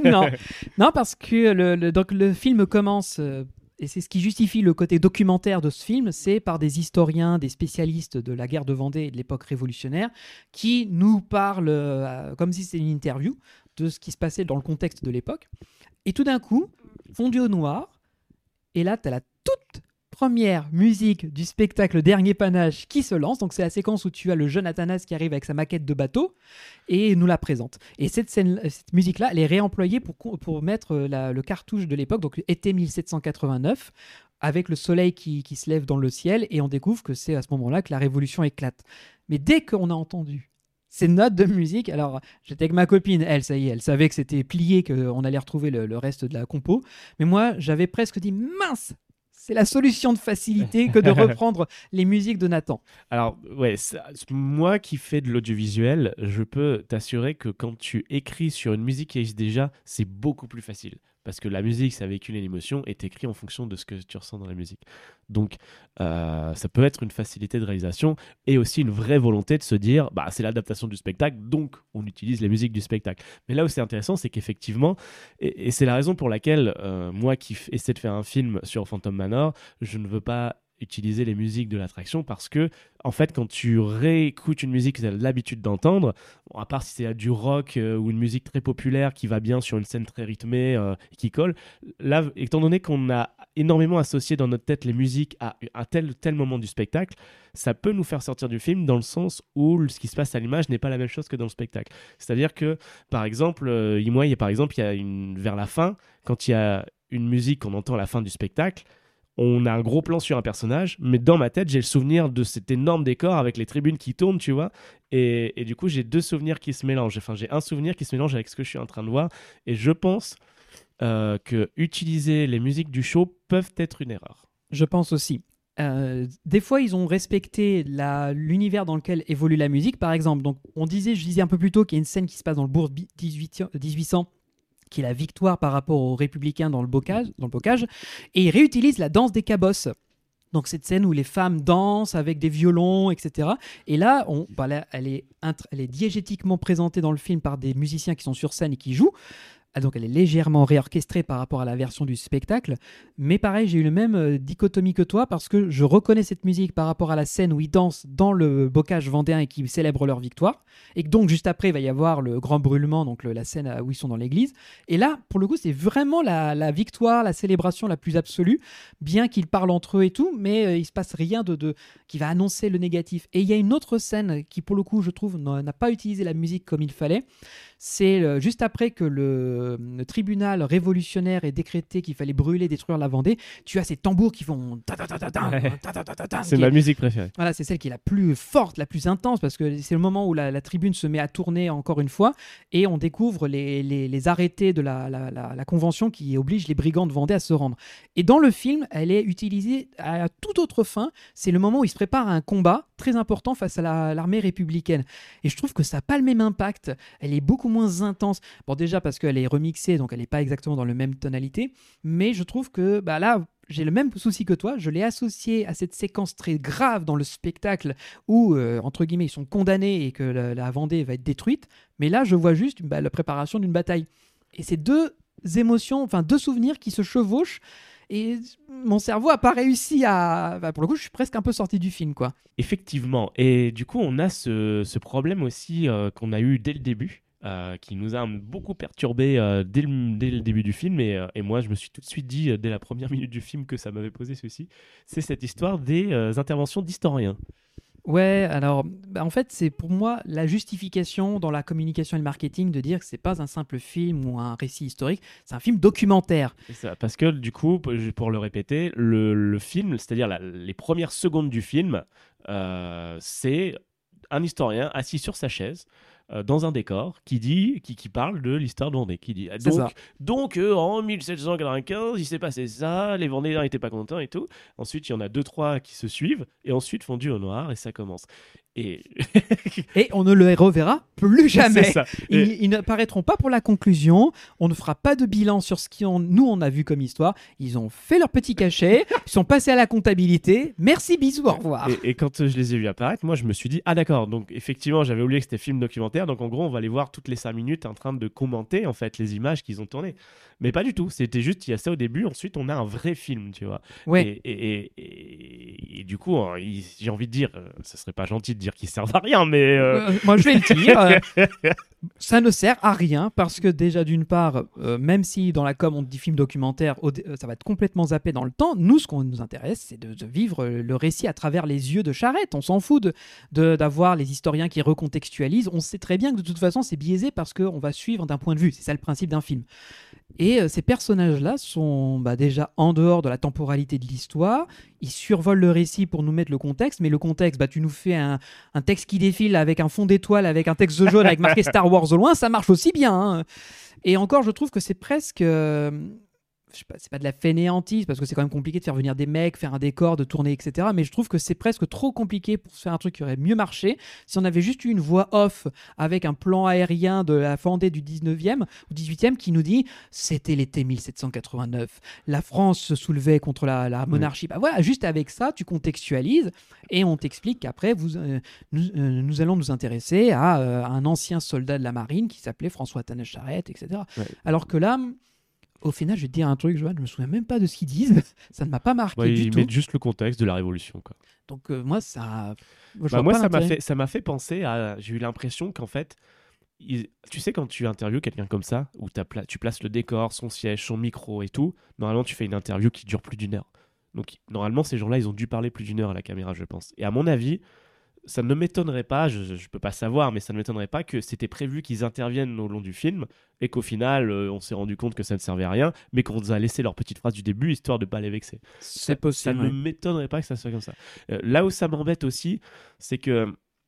non, parce que donc le film commence, et c'est ce qui justifie le côté documentaire de ce film, c'est par des historiens, des spécialistes de la guerre de Vendée et de l'époque révolutionnaire, qui nous parlent comme si c'était une interview de ce qui se passait dans le contexte de l'époque. Et tout d'un coup, fondu au noir, et là, tu as la toute première musique du spectacle Dernier Panache qui se lance. Donc, c'est la séquence où tu as le jeune Athanas qui arrive avec sa maquette de bateau et nous la présente. Et cette musique-là, elle est réemployée pour mettre le cartouche de l'époque, donc été 1789, avec le soleil qui se lève dans le ciel. Et on découvre que c'est à ce moment-là que la révolution éclate. Mais dès qu'on a entendu ces notes de musique, alors j'étais avec ma copine, elle, ça y est, elle savait que c'était plié, qu'on allait retrouver le reste de la compo. Mais moi, j'avais presque dit, mince, c'est la solution de facilité que de reprendre les musiques de Nathan. Alors, ouais, moi qui fais de l'audiovisuel, je peux t'assurer que quand tu écris sur une musique qui existe déjà, c'est beaucoup plus facile. Parce que la musique, ça véhicule une émotion et t'écris en fonction de ce que tu ressens dans la musique. Donc, ça peut être une facilité de réalisation et aussi une vraie volonté de se dire, bah, c'est l'adaptation du spectacle, donc on utilise les musiques du spectacle. Mais là où c'est intéressant, c'est qu'effectivement, et c'est la raison pour laquelle moi qui essaie de faire un film sur Phantom Manor, je ne veux pas utiliser les musiques de l'attraction parce que en fait quand tu réécoutes une musique que tu as l'habitude d'entendre, bon, à part si c'est du rock ou une musique très populaire qui va bien sur une scène très rythmée et qui colle, là étant donné qu'on a énormément associé dans notre tête les musiques à tel moment du spectacle, ça peut nous faire sortir du film dans le sens où ce qui se passe à l'image n'est pas la même chose que dans le spectacle. C'est-à-dire que par exemple il y a vers la fin, quand il y a une musique qu'on entend à la fin du spectacle, on a un gros plan sur un personnage, mais dans ma tête, j'ai le souvenir de cet énorme décor avec les tribunes qui tournent, tu vois. Et du coup, j'ai deux souvenirs qui se mélangent. Enfin, j'ai un souvenir qui se mélange avec ce que je suis en train de voir. Et je pense que utiliser les musiques du show peuvent être une erreur. Je pense aussi. Des fois, ils ont respecté l'univers dans lequel évolue la musique. Par exemple, donc, je disais un peu plus tôt qu'il y a une scène qui se passe dans le bourg 1800, qui est la victoire par rapport aux républicains dans le bocage, et ils réutilisent la danse des cabosses. Donc cette scène où les femmes dansent avec des violons, etc. Et là, elle est diégétiquement présentée dans le film par des musiciens qui sont sur scène et qui jouent. Donc elle est légèrement réorchestrée par rapport à la version du spectacle. Mais pareil, j'ai eu le même dichotomie que toi parce que je reconnais cette musique par rapport à la scène où ils dansent dans le bocage vendéen et qui célèbrent leur victoire. Et que donc juste après, il va y avoir le grand brûlement, donc la scène où ils sont dans l'église. Et là, pour le coup, c'est vraiment la victoire, la célébration la plus absolue, bien qu'ils parlent entre eux et tout, mais il se passe rien qui va annoncer le négatif. Et il y a une autre scène qui, pour le coup, je trouve, n'a pas utilisé la musique comme il fallait. C'est juste après que le tribunal révolutionnaire ait décrété qu'il fallait brûler, détruire la Vendée. Tu as ces tambours qui font... C'est ma musique préférée. Voilà, c'est celle qui est la plus forte, la plus intense, parce que c'est le moment où la tribune se met à tourner encore une fois, et on découvre les arrêtés de la convention qui oblige les brigands de Vendée à se rendre. Et dans le film, elle est utilisée à toute autre fin. C'est le moment où il se prépare à un combat très important face à l'armée républicaine. Et je trouve que ça n'a pas le même impact. Elle est beaucoup moins intense. Bon, déjà parce qu'elle est remixée, donc elle n'est pas exactement dans la même tonalité, mais je trouve que là, j'ai le même souci que toi, je l'ai associé à cette séquence très grave dans le spectacle où, entre guillemets, ils sont condamnés et que la Vendée va être détruite, mais là, je vois juste la préparation d'une bataille. Et c'est deux souvenirs qui se chevauchent, et mon cerveau n'a pas réussi pour le coup, je suis presque un peu sorti du film, quoi. Effectivement, et du coup, on a ce problème aussi qu'on a eu dès le début, qui nous a beaucoup perturbé dès le début du film, et moi je me suis tout de suite dit dès la première minute du film que ça m'avait posé ceci, c'est cette histoire des interventions d'historiens. Ouais, alors en fait c'est pour moi la justification dans la communication et le marketing de dire que c'est pas un simple film ou un récit historique, c'est un film documentaire. C'est ça, parce que du coup, pour le répéter, le film, c'est-à-dire les premières secondes du film, c'est un historien assis sur sa chaise dans un décor qui parle de l'histoire de Vendée, qui dit donc en 1795 il s'est passé ça, les Vendéens n'étaient pas contents et tout. Ensuite il y en a 2-3 qui se suivent et ensuite fondu au noir et ça commence. Et on ne le reverra plus jamais. C'est ça. Ils n'apparaîtront pas pour la conclusion. On ne fera pas de bilan sur ce qu'on a vu comme histoire. Ils ont fait leur petit cachet. Ils sont passés à la comptabilité. Merci, bisous, au revoir. Et quand je les ai vus apparaître, moi je me suis dit ah d'accord. Donc effectivement j'avais oublié que c'était film documentaire. Donc en gros on va les voir toutes les 5 minutes en train de commenter en fait les images qu'ils ont tournées. Mais pas du tout. C'était juste il y a ça au début. Ensuite on a un vrai film, tu vois. Ouais. Et du coup j'ai envie de dire, ça serait pas gentil de dire qu'ils servent à rien, mais moi je vais le dire. Ça ne sert à rien parce que déjà d'une part, même si dans la com on dit film documentaire, ça va être complètement zappé dans le temps. Nous, ce qu'on nous intéresse, c'est de vivre le récit à travers les yeux de Charette. On s'en fout d'avoir les historiens qui recontextualisent. On sait très bien que de toute façon c'est biaisé parce qu'on va suivre d'un point de vue. C'est ça le principe d'un film. Et ces personnages-là sont déjà en dehors de la temporalité de l'histoire. Ils survolent le récit pour nous mettre le contexte, mais le contexte, tu nous fais un texte qui défile avec un fond d'étoile, avec un texte jaune, avec marqué Star Wars au loin, ça marche aussi bien. Hein. Et encore, je trouve que c'est presque... je sais pas, c'est pas de la fainéantise parce que c'est quand même compliqué de faire venir des mecs, faire un décor, de tourner, etc. Mais je trouve que c'est presque trop compliqué pour faire un truc qui aurait mieux marché si on avait juste eu une voix off avec un plan aérien de la Vendée du 19e ou 18e qui nous dit c'était l'été 1789, la France se soulevait contre la monarchie. Bah voilà, juste avec ça, tu contextualises et on t'explique qu'après nous allons nous intéresser à un ancien soldat de la marine qui s'appelait François-Athanase Charette, etc. Ouais. Alors que là, au final, je vais te dire un truc, Joanne, je me souviens même pas de ce qu'ils disent. Ça ne m'a pas marqué du tout. Ils mettent juste le contexte de la Révolution, quoi. Donc moi, ça... ça m'a fait penser à... J'ai eu l'impression qu'en fait, tu sais, quand tu interviews quelqu'un comme ça, où tu places le décor, son siège, son micro et tout, normalement, tu fais une interview qui dure plus d'1 heure. Donc, normalement, ces gens-là, ils ont dû parler plus d'1 heure à la caméra, je pense. Et à mon avis... ça ne m'étonnerait pas, je ne peux pas savoir, mais ça ne m'étonnerait pas que c'était prévu qu'ils interviennent au long du film et qu'au final, on s'est rendu compte que ça ne servait à rien, mais qu'on nous a laissé leur petite phrase du début, histoire de ne pas les vexer. C'est possible. Ça ne m'étonnerait pas que ça soit comme ça. Là où ça m'embête aussi, c'est que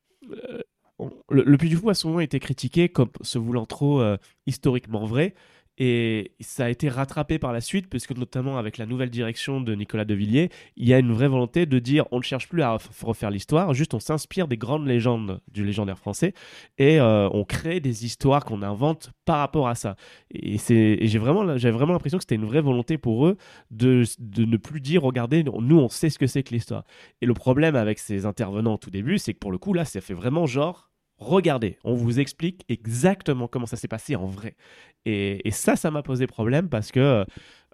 le Puy du Fou a souvent été critiqué comme se voulant trop historiquement vrai. Et ça a été rattrapé par la suite, puisque notamment avec la nouvelle direction de Nicolas de Villiers, il y a une vraie volonté de dire on ne cherche plus à refaire l'histoire, juste on s'inspire des grandes légendes du légendaire français et on crée des histoires qu'on invente par rapport à ça. Et j'avais vraiment l'impression que c'était une vraie volonté pour eux de ne plus dire regardez, nous on sait ce que c'est que l'histoire. Et le problème avec ces intervenants au tout début, c'est que pour le coup là, ça fait vraiment genre regardez, on vous explique exactement comment ça s'est passé en vrai. Et ça m'a posé problème parce que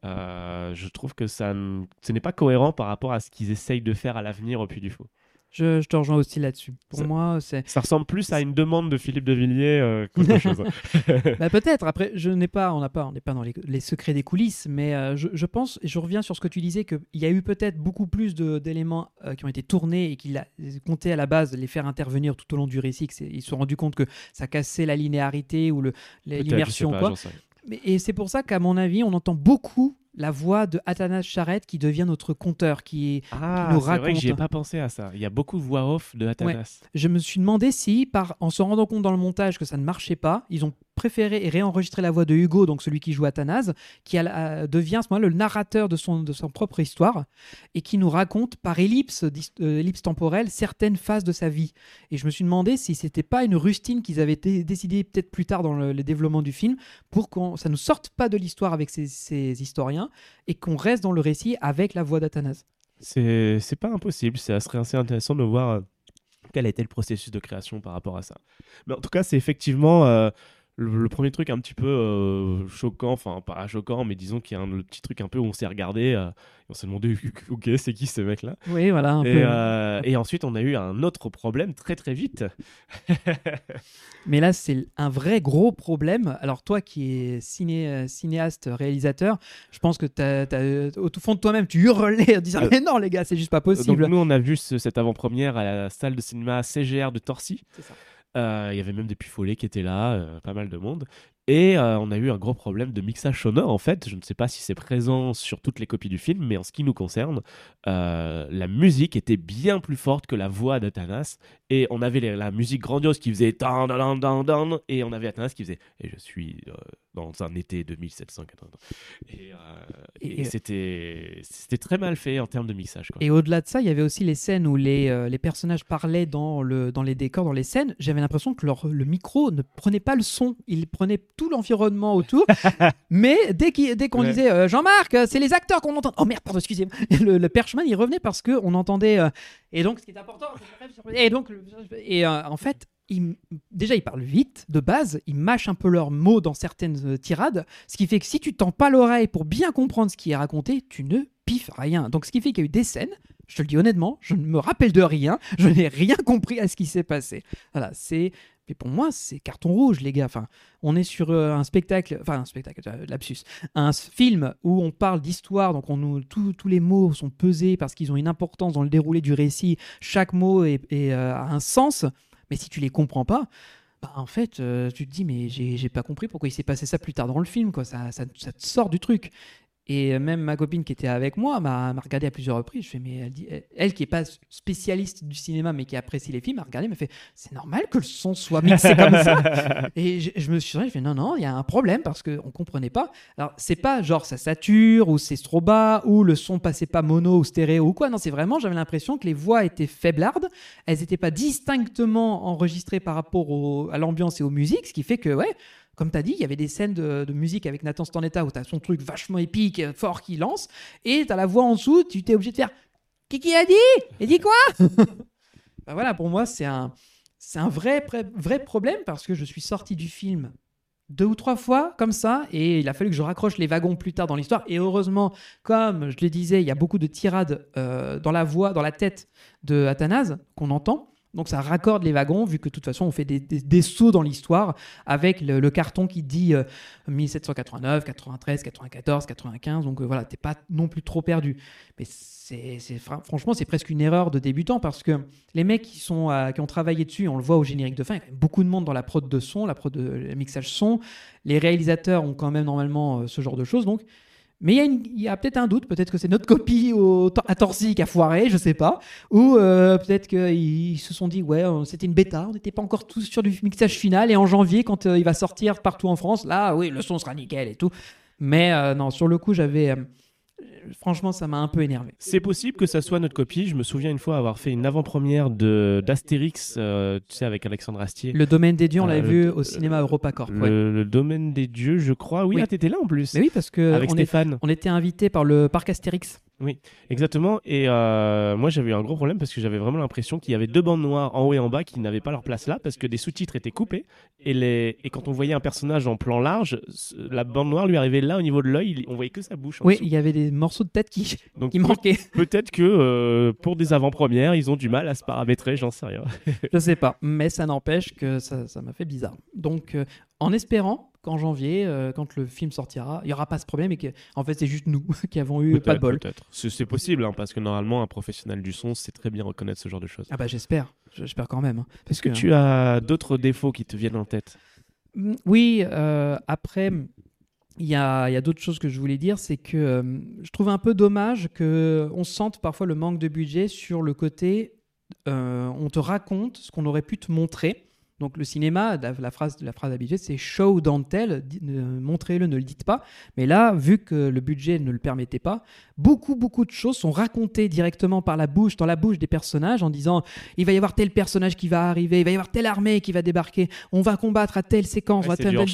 je trouve que ce n'est pas cohérent par rapport à ce qu'ils essayent de faire à l'avenir au Puy du Fou. Je te rejoins aussi là-dessus. Pour moi, ça ressemble plus à une demande de Philippe de Villiers qu'autre chose. Bah, peut-être. Après, on n'est pas dans les secrets des coulisses, mais je pense, et je reviens sur ce que tu disais, qu'il y a eu peut-être beaucoup plus d'éléments qui ont été tournés et qu'il a compté à la base les faire intervenir tout au long du récit. Ils se sont rendus compte que ça cassait la linéarité ou l'immersion. Et c'est pour ça qu'à mon avis, on entend beaucoup la voix de Athanase Charette qui devient notre conteur, qui nous raconte. C'est vrai que j'y ai pas pensé à ça. Il y a beaucoup de voix off de Athanase. Ouais. Je me suis demandé si, en se rendant compte dans le montage que ça ne marchait pas, ils ont préféré et réenregistrer la voix de Hugo, donc celui qui joue Athanase, qui devient à ce moment-là le narrateur de son propre histoire et qui nous raconte par ellipse temporelle certaines phases de sa vie. Et je me suis demandé si c'était pas une rustine qu'ils avaient décidé peut-être plus tard dans le développement du film pour que ça ne sorte pas de l'histoire avec ces historiens et qu'on reste dans le récit avec la voix d'Athanase. C'est pas impossible, ça serait assez intéressant de voir quel a été le processus de création par rapport à ça. Mais en tout cas, c'est effectivement le premier truc un petit peu choquant, enfin pas choquant, mais disons qu'il y a le petit truc un peu où on s'est regardé et on s'est demandé ok, c'est qui ce mec là. Oui, voilà, et ensuite on a eu un autre problème très très vite. Mais là c'est un vrai gros problème. Alors toi qui es cinéaste, réalisateur, je pense que au tout fond de toi-même tu hurlais en disant mais non les gars, c'est juste pas possible. Donc nous on a vu cette avant-première à la salle de cinéma CGR de Torcy. C'est ça. Il y avait même des Puy Follet qui étaient là, pas mal de monde. Et on a eu un gros problème de mixage sonore, en fait. Je ne sais pas si c'est présent sur toutes les copies du film, mais en ce qui nous concerne, la musique était bien plus forte que la voix d'Athanase. Et on avait la musique grandiose qui faisait dan, dan, dan, dan, et on avait Athanase qui faisait « Et je suis dans un été de 1780 ». Et c'était très mal fait en termes de mixage, quoi. Et au-delà de ça, il y avait aussi les scènes où les personnages parlaient dans les décors, dans les scènes. J'avais l'impression que le micro ne prenait pas le son. Il prenait tout l'environnement autour. Mais dès qu'on disait Jean-Marc, c'est les acteurs qu'on entend. Oh merde, pardon, excusez-moi. Le perchman, il revenait parce qu'on entendait. Et donc, ce qui est important. En fait, déjà, ils parlent vite, de base. Ils mâchent un peu leurs mots dans certaines tirades. Ce qui fait que si tu tends pas l'oreille pour bien comprendre ce qui est raconté, tu ne piffes rien. Donc, ce qui fait qu'il y a eu des scènes. Je te le dis honnêtement, je ne me rappelle de rien. Je n'ai rien compris à ce qui s'est passé. Voilà, mais pour moi, c'est carton rouge, les gars. Enfin, on est sur un spectacle, lapsus, un film où on parle d'histoire, donc tous les mots sont pesés parce qu'ils ont une importance dans le déroulé du récit. Chaque mot a un sens, mais si tu les comprends pas, en fait, tu te dis mais j'ai pas compris pourquoi il s'est passé ça plus tard dans le film, quoi. Ça te sort du truc. Et même ma copine qui était avec moi m'a regardé à plusieurs reprises. Je fais, mais elle qui n'est pas spécialiste du cinéma, mais qui apprécie les films, m'a regardé, m'a fait, c'est normal que le son soit mixé comme ça. Et je me suis dit, je fais, non, il y a un problème parce qu'on ne comprenait pas. Alors, c'est pas genre ça sature ou c'est trop bas ou le son passait pas mono ou stéréo ou quoi. Non, c'est vraiment, j'avais l'impression que les voix étaient faiblardes. Elles n'étaient pas distinctement enregistrées par rapport à l'ambiance et aux musiques, ce qui fait que, ouais, comme tu as dit, il y avait des scènes de musique avec Nathan Staneta où tu as son truc vachement épique, fort qui lance, et tu as la voix en dessous, tu t'es obligé de faire « Qui a dit ? Il dit quoi ?» Ben voilà, pour moi, c'est un vrai problème parce que je suis sorti du film 2 ou 3 fois comme ça, et il a fallu que je raccroche les wagons plus tard dans l'histoire. Et heureusement, comme je le disais, il y a beaucoup de tirades dans la voix, dans la tête de Athanase qu'on entend. Donc ça raccorde les wagons, vu que de toute façon on fait des sauts dans l'histoire avec le carton qui dit 1789, 93, 94, 95. Donc voilà, t'es pas non plus trop perdu. Mais franchement, c'est presque une erreur de débutant parce que les mecs qui ont travaillé dessus, on le voit au générique de fin, il y a quand même beaucoup de monde dans la prod de son, le mixage son. Les réalisateurs ont quand même normalement ce genre de choses. Donc, mais il y a peut-être un doute, peut-être que c'est notre copie à Torcy qui a foiré, je sais pas, ou peut-être qu'ils se sont dit ouais, c'était une bêta, on n'était pas encore tous sur du mixage final, et en janvier quand il va sortir partout en France, là oui, le son sera nickel et tout. Mais non, sur le coup, franchement, ça m'a un peu énervé. C'est possible que ça soit notre copie. Je me souviens une fois avoir fait une avant-première d'Astérix, tu sais, avec Alexandre Astier. Le Domaine des Dieux, on l'avait vu au cinéma EuropaCorp. Le Domaine des Dieux, je crois. Oui, ah, t'étais là en plus. Mais oui, parce que avec Stéphane. On était invité par le parc Astérix. Oui, exactement. Et moi, j'avais eu un gros problème parce que j'avais vraiment l'impression qu'il y avait 2 bandes noires en haut et en bas qui n'avaient pas leur place là parce que des sous-titres étaient coupés. Et quand on voyait un personnage en plan large, la bande noire lui arrivait là au niveau de l'œil. On voyait que sa bouche. Oui, il y avait des morceaux de tête qui manquaient. Peut-être que pour des avant-premières, ils ont du mal à se paramétrer, j'en sais rien. Je sais pas, mais ça n'empêche que ça m'a fait bizarre. Donc, en espérant qu'en janvier, quand le film sortira, il n'y aura pas ce problème et qu'en fait, c'est juste nous qui avons eu pas de bol. Peut-être. C'est possible, hein, parce que normalement, un professionnel du son sait très bien reconnaître ce genre de choses. Ah bah j'espère quand même. Hein, Est-ce que tu as d'autres défauts qui te viennent en tête ? Oui, après, il y a d'autres choses que je voulais dire, c'est que je trouve un peu dommage qu'on sente parfois le manque de budget sur le côté on te raconte ce qu'on aurait pu te montrer. Donc le cinéma, la phrase habituelle, c'est « show, don't tell », montrez-le, ne le dites pas. Mais là, vu que le budget ne le permettait pas, beaucoup de choses sont racontées directement dans la bouche des personnages en disant « il va y avoir tel personnage qui va arriver, il va y avoir telle armée qui va débarquer, on va combattre à telle séquence, à tel lieu ».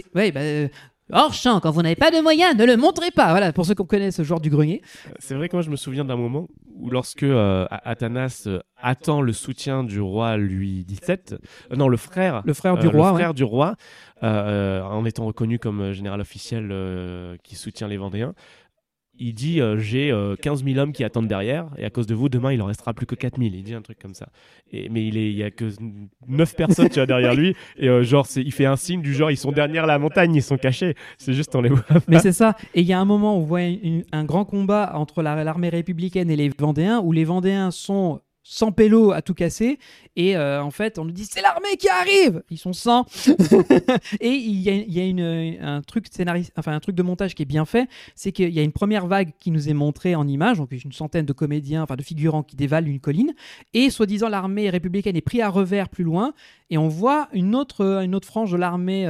Hors champ, quand vous n'avez pas de moyens, ne le montrez pas. Voilà, pour ceux qui connaissent ce genre du grenier. C'est vrai que moi, je me souviens d'un moment où lorsque Athanas attend le soutien du roi Louis XVII, le frère du roi, en étant reconnu comme général officiel qui soutient les Vendéens, il dit j'ai 15 000 hommes qui attendent derrière et à cause de vous demain il en restera plus que 4 000. Il dit un truc comme ça. Mais il y a que 9 personnes derrière lui et il fait un signe du genre ils sont derrière la montagne, ils sont cachés. C'est juste on les voit pas. Mais c'est ça. Et il y a un moment où on voit un grand combat entre l'armée républicaine et les Vendéens où les Vendéens sont sans pélo à tout casser et en fait on nous dit c'est l'armée qui arrive, ils sont 100 et il y a un truc de montage qui est bien fait, c'est qu'il y a une première vague qui nous est montrée en image, donc une centaine de comédiens, de figurants qui dévalent une colline et soi-disant l'armée républicaine est prise à revers plus loin et on voit une autre frange de l'armée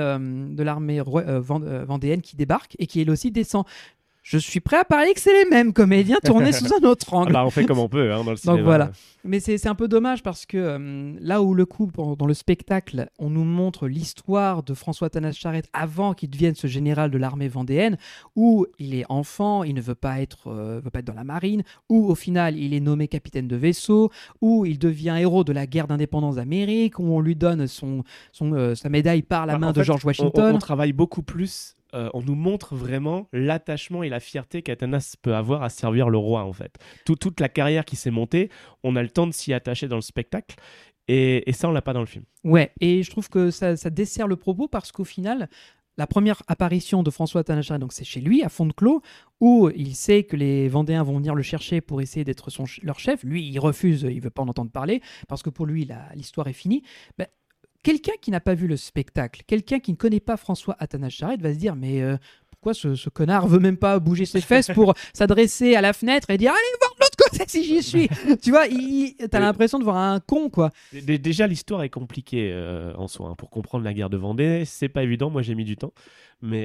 vendéenne qui débarque et qui elle aussi descend. Je suis prêt à parier que c'est les mêmes comédiens tournés sous un autre angle. On fait comme on peut dans le cinéma. Donc voilà. Mais c'est un peu dommage parce que là où dans le spectacle, on nous montre l'histoire de François Athanase Charette avant qu'il devienne ce général de l'armée vendéenne, où il est enfant, il ne veut pas être dans la marine, où au final il est nommé capitaine de vaisseau, où il devient héros de la guerre d'indépendance d'Amérique, où on lui donne sa médaille par la main de George Washington. On travaille beaucoup plus. On nous montre vraiment l'attachement et la fierté qu'Athanas peut avoir à servir le roi en fait. Toute la carrière qui s'est montée, on a le temps de s'y attacher dans le spectacle et ça on l'a pas dans le film. Ouais, et je trouve que ça dessert le propos parce qu'au final, la première apparition de François Athanase Charette, donc c'est chez lui à Fond-de-Clos où il sait que les Vendéens vont venir le chercher pour essayer d'être leur chef. Lui, il refuse, il veut pas en entendre parler parce que pour lui l'histoire est finie. Quelqu'un qui n'a pas vu le spectacle, quelqu'un qui ne connaît pas François Athanase Charette va se dire mais pourquoi ce connard veut même pas bouger ses fesses pour s'adresser à la fenêtre et dire allez voir de l'autre côté si j'y suis. Tu vois, t'as l'impression de voir un con, quoi. Déjà, l'histoire est compliquée en soi. Hein. Pour comprendre la guerre de Vendée, c'est pas évident. Moi, j'ai mis du temps. Mais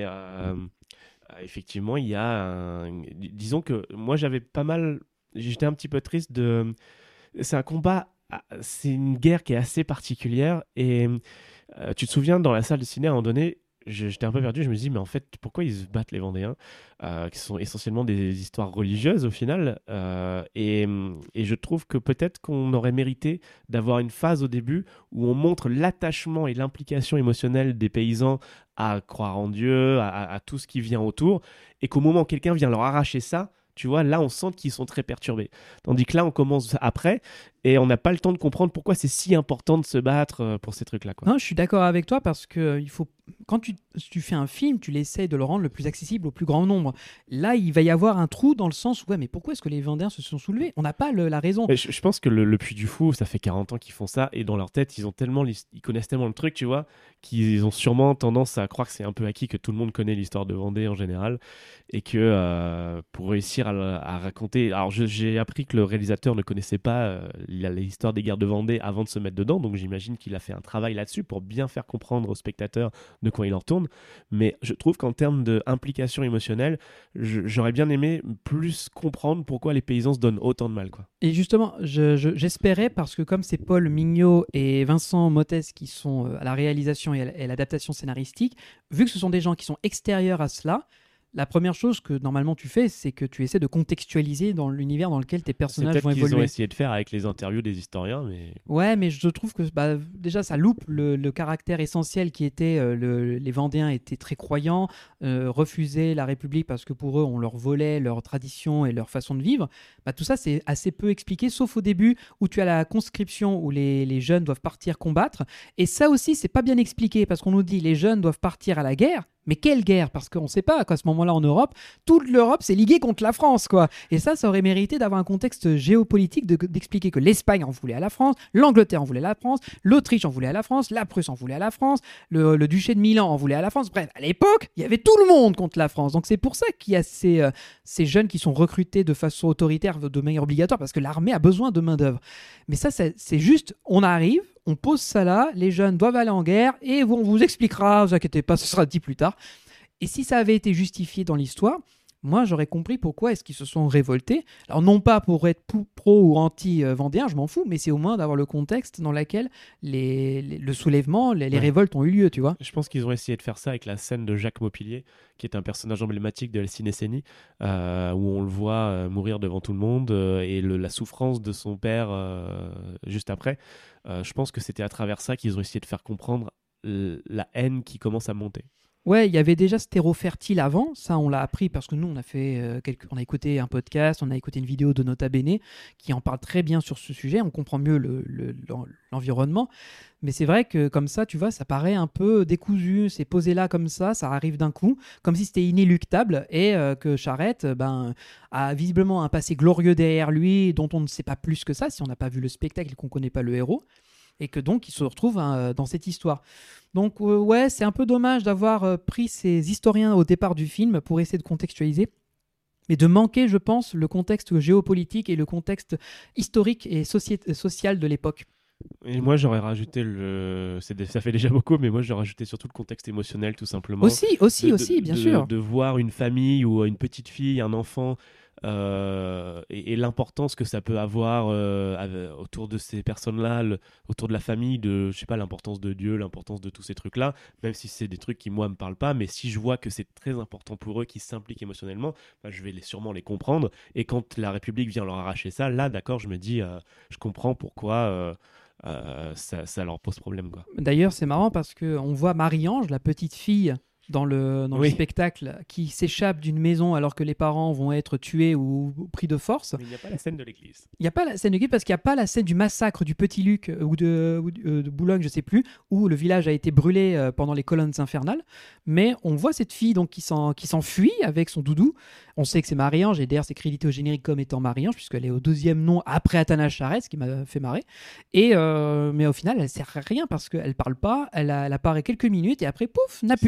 effectivement, il y a disons que moi, j'étais un petit peu triste de... C'est un combat... C'est une guerre qui est assez particulière. Et tu te souviens, dans la salle de ciné, à un moment donné, j'étais un peu perdu. Je me dis, mais en fait, pourquoi ils se battent, les Vendéens, qui sont essentiellement des histoires religieuses, au final. Et je trouve que peut-être qu'on aurait mérité d'avoir une phase au début où on montre l'attachement et l'implication émotionnelle des paysans à croire en Dieu, à tout ce qui vient autour, et qu'au moment où quelqu'un vient leur arracher ça, tu vois, là, on sent qu'ils sont très perturbés. Tandis que là, on commence après et on n'a pas le temps de comprendre pourquoi c'est si important de se battre pour ces trucs-là, quoi. Non, je suis d'accord avec toi parce que quand tu fais un film, tu l'essayes de le rendre le plus accessible au plus grand nombre. Là, il va y avoir un trou dans le sens où, ouais, mais pourquoi est-ce que les Vendéens se sont soulevés ? On n'a pas la raison. Je pense que le Puy du Fou, ça fait 40 ans qu'ils font ça et dans leur tête, ils connaissent tellement le truc, tu vois, qu'ils ont sûrement tendance à croire que c'est un peu acquis, que tout le monde connaît l'histoire de Vendée en général et que pour réussir à raconter... Alors, j'ai appris que le réalisateur ne connaissait pas l'histoire des guerres de Vendée avant de se mettre dedans, donc j'imagine qu'il a fait un travail là-dessus pour bien faire comprendre aux spectateurs de quoi il en retourne. Mais je trouve qu'en termes d'implication émotionnelle, j'aurais bien aimé plus comprendre pourquoi les paysans se donnent autant de mal, quoi. Et justement, j'espérais, parce que comme c'est Paul Mignot et Vincent Mottès qui sont à la réalisation et à l'adaptation scénaristique, vu que ce sont des gens qui sont extérieurs à cela, la première chose que normalement tu fais, c'est que tu essaies de contextualiser dans l'univers dans lequel tes personnages vont évoluer. C'est peut-être qu'ils ont essayé de faire avec les interviews des historiens, mais... Ouais, mais je trouve que déjà ça loupe le caractère essentiel qui était les Vendéens étaient très croyants, refusaient la République parce que pour eux on leur volait leur tradition et leur façon de vivre. Tout ça c'est assez peu expliqué, sauf au début où tu as la conscription où les jeunes doivent partir combattre. Et ça aussi c'est pas bien expliqué parce qu'on nous dit les jeunes doivent partir à la guerre. Mais quelle guerre ? Parce qu'on ne sait pas qu'à ce moment-là en Europe, toute l'Europe s'est liguée contre la France, quoi. Et ça aurait mérité d'avoir un contexte géopolitique, d'expliquer que l'Espagne en voulait à la France, l'Angleterre en voulait à la France, l'Autriche en voulait à la France, la Prusse en voulait à la France, le duché de Milan en voulait à la France. Bref, à l'époque, il y avait tout le monde contre la France. Donc c'est pour ça qu'il y a ces jeunes qui sont recrutés de façon autoritaire, de manière obligatoire, parce que l'armée a besoin de main-d'œuvre. Mais ça, c'est juste, on arrive, on pose ça là, les jeunes doivent aller en guerre et on vous expliquera, ne vous inquiétez pas, ce sera dit plus tard. Et si ça avait été justifié dans l'histoire, moi j'aurais compris pourquoi est-ce qu'ils se sont révoltés. Alors non pas pour être pro ou anti-vendéen, je m'en fous, mais c'est au moins d'avoir le contexte dans lequel le soulèvement, les révoltes ont eu lieu, tu vois. Je pense qu'ils ont essayé de faire ça avec la scène de Jacques Maupielier, qui est un personnage emblématique de la Cinécénie, où on le voit mourir devant tout le monde et la souffrance de son père juste après. Je pense que c'était à travers ça qu'ils ont essayé de faire comprendre la haine qui commence à monter. Ouais, il y avait déjà ce terreau fertile avant, ça on l'a appris parce que nous on a fait on a écouté un podcast, on a écouté une vidéo de Nota Bene qui en parle très bien sur ce sujet, on comprend mieux l'environnement, mais c'est vrai que comme ça, tu vois, ça paraît un peu décousu, c'est posé là comme ça arrive d'un coup, comme si c'était inéluctable et que Charette a visiblement un passé glorieux derrière lui dont on ne sait pas plus que ça si on n'a pas vu le spectacle et qu'on ne connaît pas le héros. Et que donc il se retrouve dans cette histoire. Donc ouais, c'est un peu dommage d'avoir pris ces historiens au départ du film pour essayer de contextualiser, mais de manquer, je pense, le contexte géopolitique et le contexte historique et social de l'époque. Et moi j'aurais rajouté ça fait déjà beaucoup, mais moi j'aurais rajouté surtout le contexte émotionnel, tout simplement. Aussi, bien sûr. De voir une famille ou une petite fille, un enfant, et l'importance que ça peut avoir autour de ces personnes-là, autour de la famille, je sais pas, l'importance de Dieu, l'importance de tous ces trucs-là, même si c'est des trucs qui moi me parlent pas, mais si je vois que c'est très important pour eux, qu'ils s'impliquent émotionnellement, je vais sûrement les comprendre. Et quand la République vient leur arracher ça, là d'accord, je me dis, je comprends pourquoi ça leur pose problème, quoi. D'ailleurs c'est marrant parce qu'on voit Marie-Ange, la petite fille dans le spectacle, qui s'échappe d'une maison alors que les parents vont être tués ou pris de force. Mais il n'y a pas la scène de l'église. Il n'y a pas la scène de l'église parce qu'il n'y a pas la scène du massacre du Petit Luc ou de Boulogne, je ne sais plus, où le village a été brûlé pendant les colonnes infernales. Mais on voit cette fille donc, qui s'enfuit avec son doudou. On sait que c'est Marie-Ange, et d'ailleurs c'est crédité au générique comme étant Marie-Ange, puisqu'elle est au deuxième nom après Athanase Charette, ce qui m'a fait marrer. Mais au final, elle ne sert à rien parce qu'elle ne parle pas, elle apparaît quelques minutes et après, pouf, n'a plus.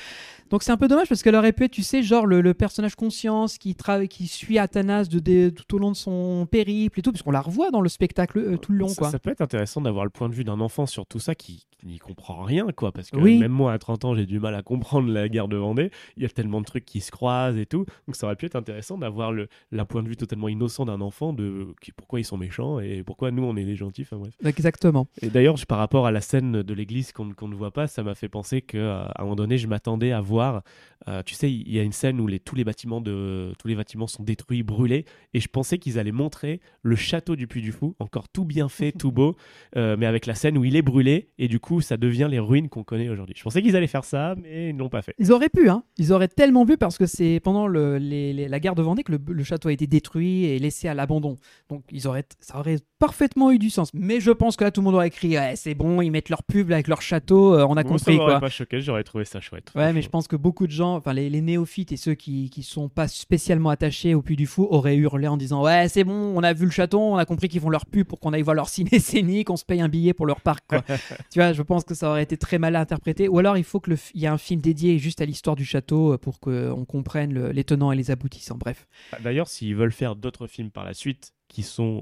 Donc c'est un peu dommage parce qu'elle aurait pu être, tu sais, genre le personnage conscience qui suit Athanas tout au long de son périple et tout, puisqu'on la revoit dans le spectacle tout le long, quoi. Ça peut être intéressant d'avoir le point de vue d'un enfant sur tout ça qui n'y comprend rien, quoi, parce que Oui. même moi à 30 ans j'ai du mal à comprendre la guerre de Vendée, il y a tellement de trucs qui se croisent et tout, donc ça aurait pu être intéressant d'avoir la point de vue totalement innocent d'un enfant de pourquoi ils sont méchants et pourquoi nous on est les gentils, enfin bref. Exactement. Et d'ailleurs par rapport à la scène de l'église qu'on ne voit pas, ça m'a fait penser qu'à un moment donné je m'attendais à voir, tu sais, il y a une scène où tous les bâtiments sont détruits, brûlés, et je pensais qu'ils allaient montrer le château du Puy du Fou, encore tout bien fait, tout beau, mais avec la scène où il est brûlé, et du coup ça devient les ruines qu'on connaît aujourd'hui. Je pensais qu'ils allaient faire ça, mais ils ne l'ont pas fait. Ils auraient pu, hein. Ils auraient tellement pu parce que c'est pendant la guerre de Vendée que le château a été détruit et laissé à l'abandon. Donc ça aurait parfaitement eu du sens. Mais je pense que là tout le monde aurait crié ouais, c'est bon, ils mettent leur pub avec leur château, on a compris, ça m'aurait quoi. pas choqué, j'aurais trouvé ça chouette. Ouais, mais je pense que beaucoup de gens, enfin les néophytes et ceux qui sont pas spécialement attachés au Puy du Fou auraient hurlé en disant ouais, c'est bon, on a vu le château, on a compris qu'ils font leur pub pour qu'on aille voir leur ciné scénique, on se paye un billet pour leur parc, quoi. Tu vois, je pense que ça aurait été très mal interprété. Ou alors il faut qu'il y ait un film dédié juste à l'histoire du château pour qu'on comprenne les tenants et les aboutissants. Bref. D'ailleurs, s'ils veulent faire d'autres films par la suite qui sont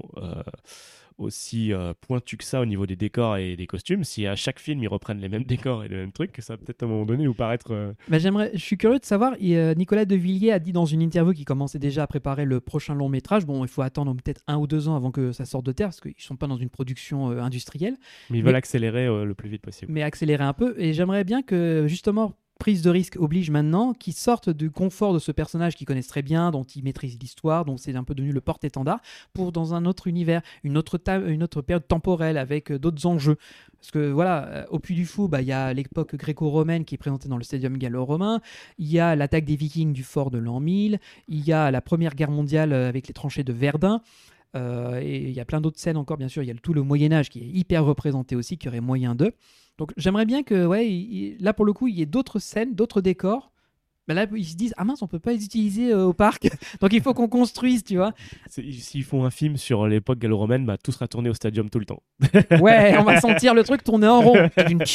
aussi pointus que ça au niveau des décors et des costumes, si à chaque film ils reprennent les mêmes décors et les mêmes trucs, ça va peut-être à un moment donné nous paraître... Je suis curieux de savoir, Nicolas De Villiers a dit dans une interview qu'il commençait déjà à préparer le prochain long métrage. Bon, il faut attendre peut-être 1 ou 2 ans avant que ça sorte de terre, parce qu'ils ne sont pas dans une production industrielle. Mais ils veulent accélérer le plus vite possible. Mais accélérer un peu, et j'aimerais bien que justement... Prise de risque oblige maintenant qu'ils sortent du confort de ce personnage qu'ils connaissent très bien, dont ils maîtrisent l'histoire, dont c'est un peu devenu le porte-étendard, pour dans un autre univers, une autre période temporelle avec d'autres enjeux. Parce que voilà, au Puy du Fou, il y a l'époque gréco-romaine qui est présentée dans le Stadium gallo-romain, il y a l'attaque des Vikings du fort de l'an 1000, il y a la Première Guerre mondiale avec les tranchées de Verdun. Et il y a plein d'autres scènes encore, bien sûr. Il y a tout le Moyen-Âge qui est hyper représenté aussi, qui aurait moyen d'eux. Donc j'aimerais bien que, là pour le coup, il y ait d'autres scènes, d'autres décors. Mais là, ils se disent ah mince, on peut pas les utiliser au parc, donc il faut qu'on construise, tu vois. S'ils font un film sur l'époque gallo-romaine, tout sera tourné au Stadium tout le temps. Ouais, on va sentir le truc tourner en rond.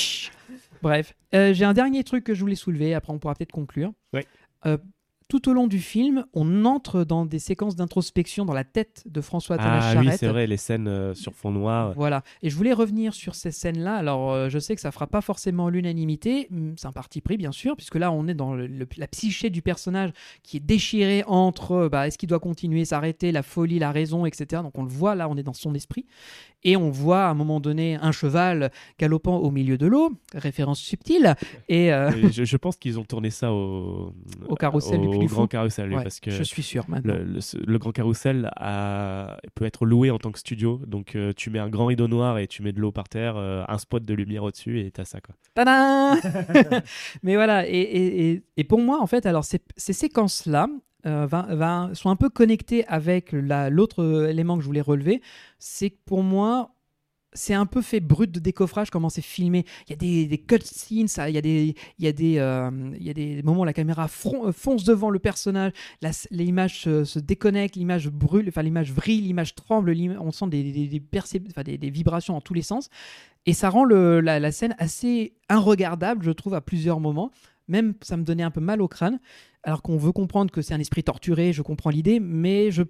Bref, j'ai un dernier truc que je voulais soulever. Après, on pourra peut-être conclure. Ouais. Tout au long du film, on entre dans des séquences d'introspection dans la tête de François Athanas Charette. Ah oui, c'est vrai, les scènes sur fond noir. Voilà. Et je voulais revenir sur ces scènes-là. Alors, je sais que ça ne fera pas forcément l'unanimité. C'est un parti pris, bien sûr, puisque là, on est dans la psyché du personnage qui est déchiré entre est-ce qu'il doit continuer, s'arrêter, la folie, la raison, etc. Donc, on le voit, là, on est dans son esprit. Et on voit à un moment donné un cheval galopant au milieu de l'eau, référence subtile. Et je pense qu'ils ont tourné ça au carrousel du Puy du Fou. Grand Carrousel, ouais, parce que je suis sûr maintenant. Le Grand Carrousel peut être loué en tant que studio. Donc tu mets un grand rideau noir et tu mets de l'eau par terre, un spot de lumière au-dessus et t'as ça, quoi. Tadam. Mais voilà, et pour moi, en fait, alors ces séquences-là, sont un peu connectés avec l'autre élément que je voulais relever, c'est que pour moi, c'est un peu fait brut de décoffrage comment c'est filmé. Il y a des cutscenes, il y a des moments où la caméra fonce devant le personnage, l'image se déconnecte, l'image brûle, enfin l'image vrille, l'image tremble, on sent des vibrations en tous les sens, et ça rend la scène assez inregardable, je trouve, à plusieurs moments. Même, ça me donnait un peu mal au crâne, alors qu'on veut comprendre que c'est un esprit torturé, je comprends l'idée, mais je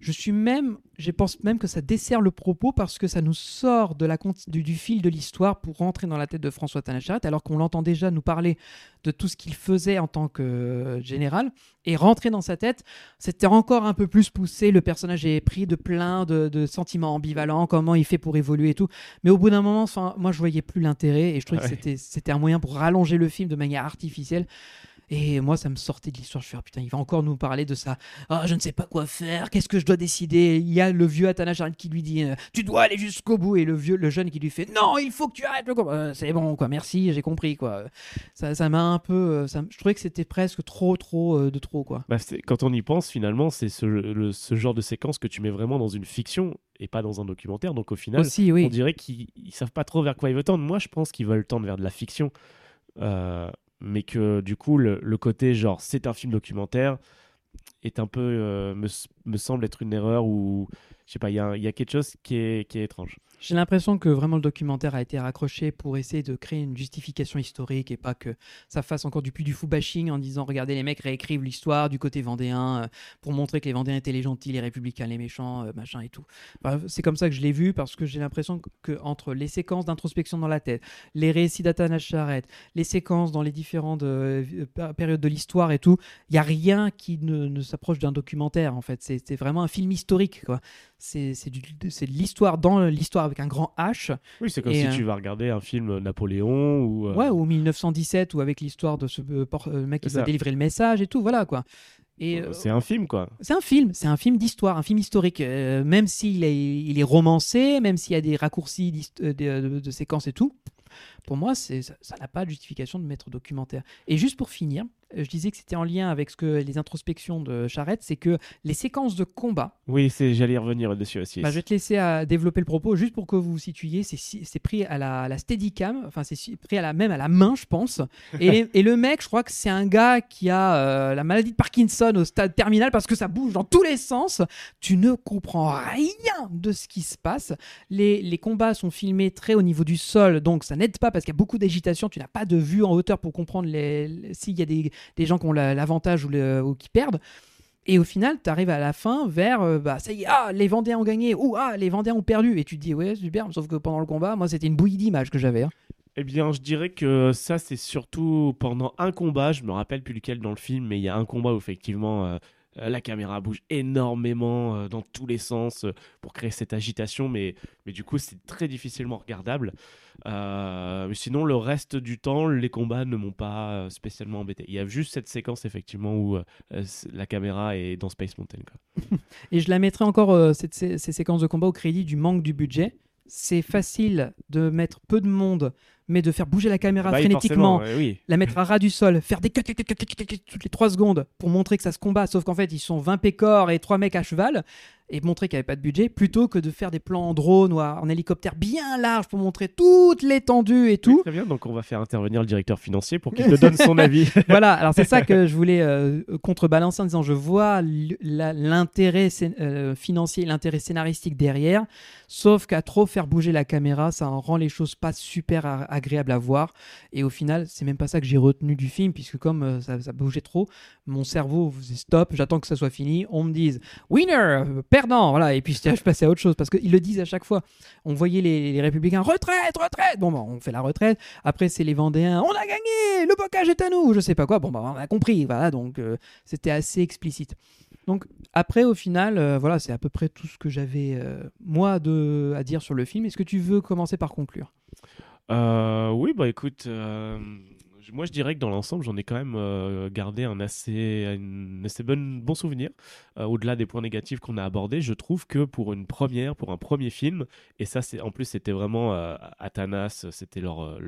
pense même que ça dessert le propos parce que ça nous sort du fil de l'histoire pour rentrer dans la tête de François Athanas Charette, alors qu'on l'entend déjà nous parler de tout ce qu'il faisait en tant que général, et rentrer dans sa tête, c'était encore un peu plus poussé, le personnage est pris de plein de sentiments ambivalents, comment il fait pour évoluer et tout, mais au bout d'un moment, moi je voyais plus l'intérêt, et je trouvais que c'était un moyen pour rallonger le film de manière artificielle. Et moi, ça me sortait de l'histoire. Je fais, putain, il va encore nous parler de ça. Ah, je ne sais pas quoi faire. Qu'est-ce que je dois décider? Il y a le vieux Athanas Charette qui lui dit, tu dois aller jusqu'au bout. Et le jeune qui lui fait, non, il faut que tu arrêtes le combat. C'est bon, quoi. Merci, j'ai compris, quoi. Ça m'a un peu. Je trouvais que c'était presque trop de trop, quoi. Quand on y pense, finalement, c'est ce genre de séquence que tu mets vraiment dans une fiction et pas dans un documentaire. Donc au final, aussi, oui. On dirait qu'ils savent pas trop vers quoi ils veulent tendre. Moi, je pense qu'ils veulent tendre vers de la fiction. Mais que du coup le côté genre c'est un film documentaire est un peu me me semble être une erreur ou je sais pas, il y a quelque chose qui est étrange. J'ai l'impression que vraiment le documentaire a été raccroché pour essayer de créer une justification historique et pas que ça fasse encore du Puy du Fou bashing en disant regardez les mecs réécrivent l'histoire du côté vendéen pour montrer que les vendéens étaient les gentils, les républicains les méchants, machin et tout. Enfin, c'est comme ça que je l'ai vu parce que j'ai l'impression que entre les séquences d'introspection dans la tête, les récits d'Athanas Charrette, les séquences dans les différentes périodes de l'histoire et tout, il n'y a rien qui ne s'approche d'un documentaire en fait. C'est vraiment un film historique quoi. C'est de l'histoire dans l'histoire avec un grand H. Oui, c'est comme si tu vas regarder un film Napoléon ou... Ouais, ou 1917 ou avec l'histoire de ce mec qui va délivrer le message et tout, voilà quoi. Et, c'est un film quoi. C'est un film d'histoire, un film historique. Même s'il est romancé, même s'il y a des raccourcis de séquences et tout, pour moi, ça n'a pas de justification de mettre documentaire. Et juste pour finir, je disais que c'était en lien avec les introspections de Charrette, c'est que les séquences de combat... Oui, j'allais y revenir dessus aussi. Je vais te laisser développer le propos, juste pour que vous vous situiez. C'est pris à la Steadicam, enfin c'est pris même à la main, je pense. Et le mec, je crois que c'est un gars qui a la maladie de Parkinson au stade terminal parce que ça bouge dans tous les sens. Tu ne comprends rien de ce qui se passe. Les combats sont filmés très au niveau du sol, donc ça n'aide pas parce qu'il y a beaucoup d'agitation. Tu n'as pas de vue en hauteur pour comprendre s'il y a des gens qui ont l'avantage ou qui perdent. Et au final, tu arrives à la fin vers ça y est, les Vendéens ont gagné ou les Vendéens ont perdu. Et tu te dis, ouais, super, sauf que pendant le combat, moi, c'était une bouillie d'images que j'avais. Eh bien, je dirais que ça, c'est surtout pendant un combat. Je me rappelle plus lequel dans le film, mais il y a un combat où effectivement la caméra bouge énormément dans tous les sens pour créer cette agitation, mais du coup, c'est très difficilement regardable. Mais sinon, le reste du temps, les combats ne m'ont pas spécialement embêté. Il y a juste cette séquence, effectivement, où la caméra est dans Space Mountain, quoi. Et je la mettrai encore, ces séquences de combat, au crédit du manque du budget. C'est facile de mettre peu de monde, mais de faire bouger la caméra frénétiquement, la mettre à ras du sol, faire des toutes les 3 secondes pour montrer que ça se combat, sauf qu'en fait ils sont 20 pécores et 3 mecs à cheval, et montrer qu'il n'y avait pas de budget, plutôt que de faire des plans en drone ou en hélicoptère bien large pour montrer toute l'étendue et tout. Oui, très bien, donc on va faire intervenir le directeur financier pour qu'il te donne son avis. Voilà, alors c'est ça que je voulais contrebalancer en disant je vois l'intérêt financier, l'intérêt scénaristique derrière, sauf qu'à trop faire bouger la caméra, ça en rend les choses pas super agréables à voir, et au final c'est même pas ça que j'ai retenu du film, puisque comme ça bougeait trop, mon cerveau faisait stop, j'attends que ça soit fini, on me dise winner, perdant, voilà, et puis je passais à autre chose, parce qu'ils le disent à chaque fois. On voyait les républicains, retraite, bon, on fait la retraite, après c'est les Vendéens, on a gagné, le bocage est à nous, je sais pas quoi, bon, on a compris, voilà, donc c'était assez explicite. Donc après, au final, voilà, c'est à peu près tout ce que j'avais, moi, à dire sur le film. Est-ce que tu veux commencer par conclure ? Oui, bah écoute, moi je dirais que dans l'ensemble, j'en ai quand même gardé un assez bon souvenir. Au-delà des points négatifs qu'on a abordés, je trouve que pour un premier film, et ça en plus c'était vraiment Athanas, c'était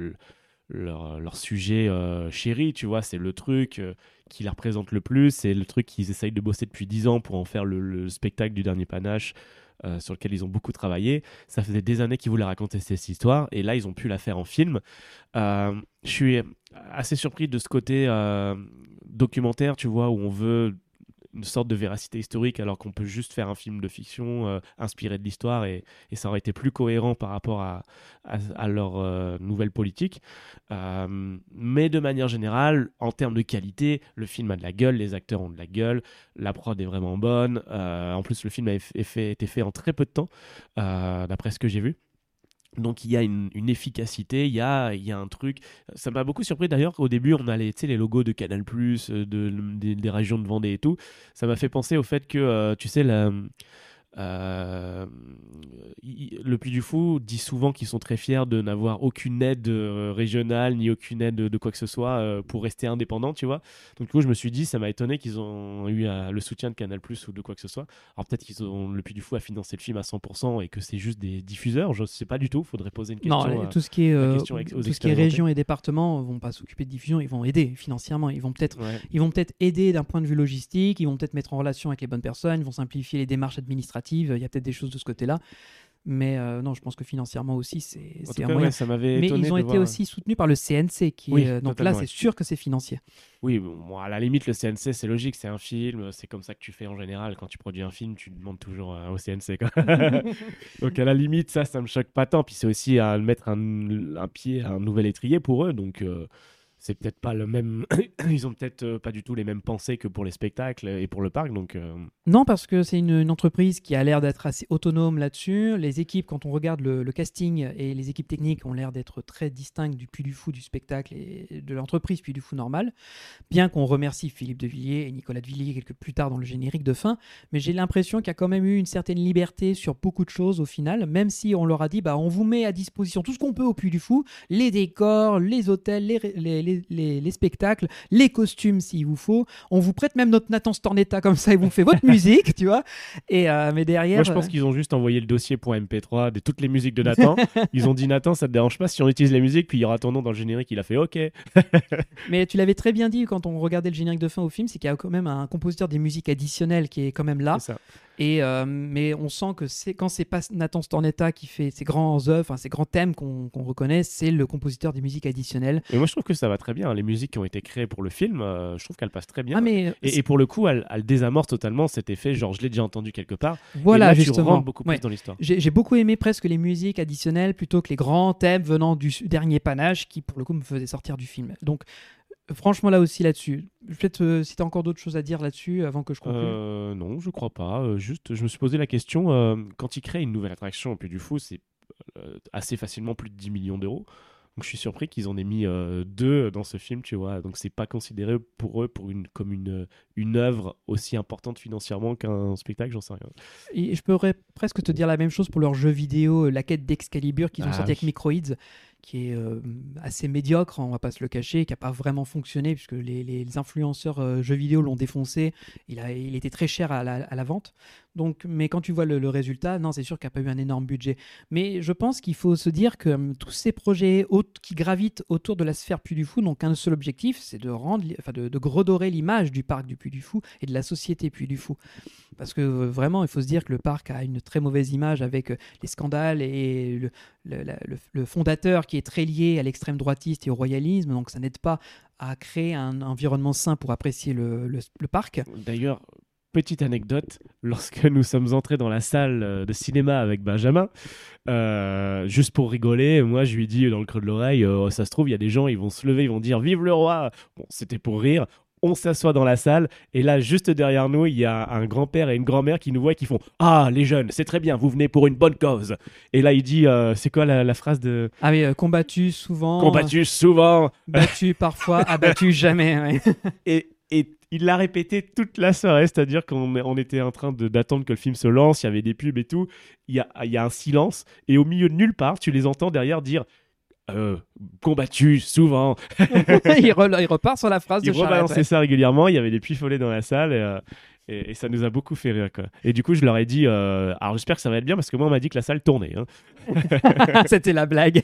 leur sujet chéri, tu vois, c'est le truc qui les représente le plus, c'est le truc qu'ils essayent de bosser depuis 10 ans pour en faire le spectacle du dernier panache. Sur lequel ils ont beaucoup travaillé. Ça faisait des années qu'ils voulaient raconter cette histoire, et là ils ont pu la faire en film. Je suis assez surpris de ce côté documentaire, tu vois, où on veut une sorte de véracité historique alors qu'on peut juste faire un film de fiction inspiré de l'histoire, et ça aurait été plus cohérent par rapport à leur nouvelle politique. Mais de manière générale, en termes de qualité, le film a de la gueule, les acteurs ont de la gueule, la prod est vraiment bonne. En plus, le film a été fait en très peu de temps, d'après ce que j'ai vu. Donc il y a une efficacité, il y a un truc. Ça m'a beaucoup surpris d'ailleurs. Au début, on a les logos de Canal+, des régions de Vendée et tout. Ça m'a fait penser au fait que, tu sais, le Puy du Fou dit souvent qu'ils sont très fiers de n'avoir aucune aide régionale ni aucune aide de quoi que ce soit pour rester indépendants, tu vois. Donc du coup je me suis dit, ça m'a étonné qu'ils ont eu le soutien de Canal+ ou de quoi que ce soit. Alors peut-être le Puy du Fou a financé le film à 100% et que c'est juste des diffuseurs, je sais pas du tout, faudrait poser une question. Non, tout ce qui est région et département vont pas s'occuper de diffusion, ils vont aider financièrement, ils vont peut-être aider d'un point de vue logistique, ils vont peut-être mettre en relation avec les bonnes personnes, ils vont simplifier les démarches administratives, il y a peut-être des choses de ce côté-là. Mais non, je pense que financièrement aussi, c'est En tout un cas, moyen. ouais, ça m'avait Mais étonné ils ont de été voir- aussi soutenus par le CNC, Oui, donc totalement, là, c'est ouais. sûr que c'est financier. Oui, bon, à la limite, le CNC, c'est logique, c'est un film, c'est comme ça que tu fais en général. Quand tu produis un film, tu demandes toujours au CNC, quoi. Donc, à la limite, ça me choque pas tant. Puis c'est aussi à mettre un pied à un nouvel étrier pour eux. Donc, c'est peut-être pas le même. Ils ont peut-être pas du tout les mêmes pensées que pour les spectacles et pour le parc. Donc, Non, parce que c'est une entreprise qui a l'air d'être assez autonome là-dessus. Les équipes, quand on regarde le casting et les équipes techniques, ont l'air d'être très distinctes du Puy du Fou du spectacle et de l'entreprise Puy du Fou normal. Bien qu'on remercie Philippe de Villiers et Nicolas de Villiers quelques plus tard dans le générique de fin, mais j'ai l'impression qu'il y a quand même eu une certaine liberté sur beaucoup de choses au final, même si on leur a dit, on vous met à disposition tout ce qu'on peut au Puy du Fou, les décors, les hôtels, les spectacles, les costumes s'il vous faut. On vous prête même notre Nathan Stornetta comme ça et vous fait votre musique, tu vois. Et mais derrière, moi, je pense qu'ils ont juste envoyé le dossier .mp3 de toutes les musiques de Nathan. Ils ont dit, Nathan, ça te dérange pas si on utilise les musiques, puis il y aura ton nom dans le générique. Il a fait OK. Mais tu l'avais très bien dit quand on regardait le générique de fin au film, c'est qu'il y a quand même un compositeur des musiques additionnelles qui est quand même là. C'est ça. Et mais on sent que quand c'est pas Nathan Stornetta qui fait ces grands œuvres, ces grands thèmes qu'on reconnaît, c'est le compositeur des musiques additionnelles. Et moi, je trouve que ça va très bien. Les musiques qui ont été créées pour le film, je trouve qu'elles passent très bien. Ah, mais Et pour le coup, elles désamorcent totalement cet effet, genre je l'ai déjà entendu quelque part. voilà, et là, justement. tu rentres beaucoup plus Ouais. dans l'histoire. J'ai beaucoup aimé presque les musiques additionnelles plutôt que les grands thèmes venant du dernier panache qui, pour le coup, me faisaient sortir du film. Donc, franchement, là aussi, là-dessus. Peut-être si tu as encore d'autres choses à dire là-dessus avant que je conclue. Non, je crois pas. Juste, je me suis posé la question, quand ils créent une nouvelle attraction au Puy du Fou, c'est assez facilement plus de 10 millions d'euros. Donc je suis surpris qu'ils en aient mis 2 dans ce film, tu vois. Donc c'est pas considéré pour eux comme une œuvre aussi importante financièrement qu'un spectacle, j'en sais rien. Et je pourrais presque te dire la même chose pour leur jeu vidéo, la quête d'Excalibur qu'ils ont sorti avec Microids, qui est assez médiocre, on va pas se le cacher, qui n'a pas vraiment fonctionné puisque les influenceurs jeux vidéo l'ont défoncé. Il était très cher à la vente. Donc, mais quand tu vois le résultat, non, c'est sûr qu'il n'y a pas eu un énorme budget. Mais je pense qu'il faut se dire que tous ces projets qui gravitent autour de la sphère Puy du Fou n'ont qu'un seul objectif, c'est de redorer l'image du parc du Puy du Fou et de la société Puy du Fou. Parce que vraiment, il faut se dire que le parc a une très mauvaise image avec les scandales et le fondateur qui est très lié à l'extrême droitiste et au royalisme, donc ça n'aide pas à créer un environnement sain pour apprécier le parc. D'ailleurs, petite anecdote, lorsque nous sommes entrés dans la salle de cinéma avec Benjamin, juste pour rigoler, moi je lui dis dans le creux de l'oreille, ça se trouve, il y a des gens, ils vont se lever, ils vont dire « Vive le roi !» Bon, c'était pour rire. On s'assoit dans la salle et là, juste derrière nous, il y a un grand-père et une grand-mère qui nous voient et qui font « Ah, les jeunes, c'est très bien, vous venez pour une bonne cause !» Et là, il dit c'est quoi la phrase de... Ah oui, combattu souvent. Combattu souvent. Battu parfois, abattu jamais. Ouais. Et il l'a répété toute la soirée, c'est-à-dire qu'on était en train d'attendre que le film se lance, il y avait des pubs et tout, il y a un silence et au milieu de nulle part, tu les entends derrière dire combattu souvent. il repart sur la phrase de Il Charlotte. rebalançait ça régulièrement, il y avait des puits-follets dans la salle et ça nous a beaucoup fait rire, quoi. Et du coup, je leur ai dit alors j'espère que ça va être bien parce que moi on m'a dit que la salle tournait, hein. C'était la blague.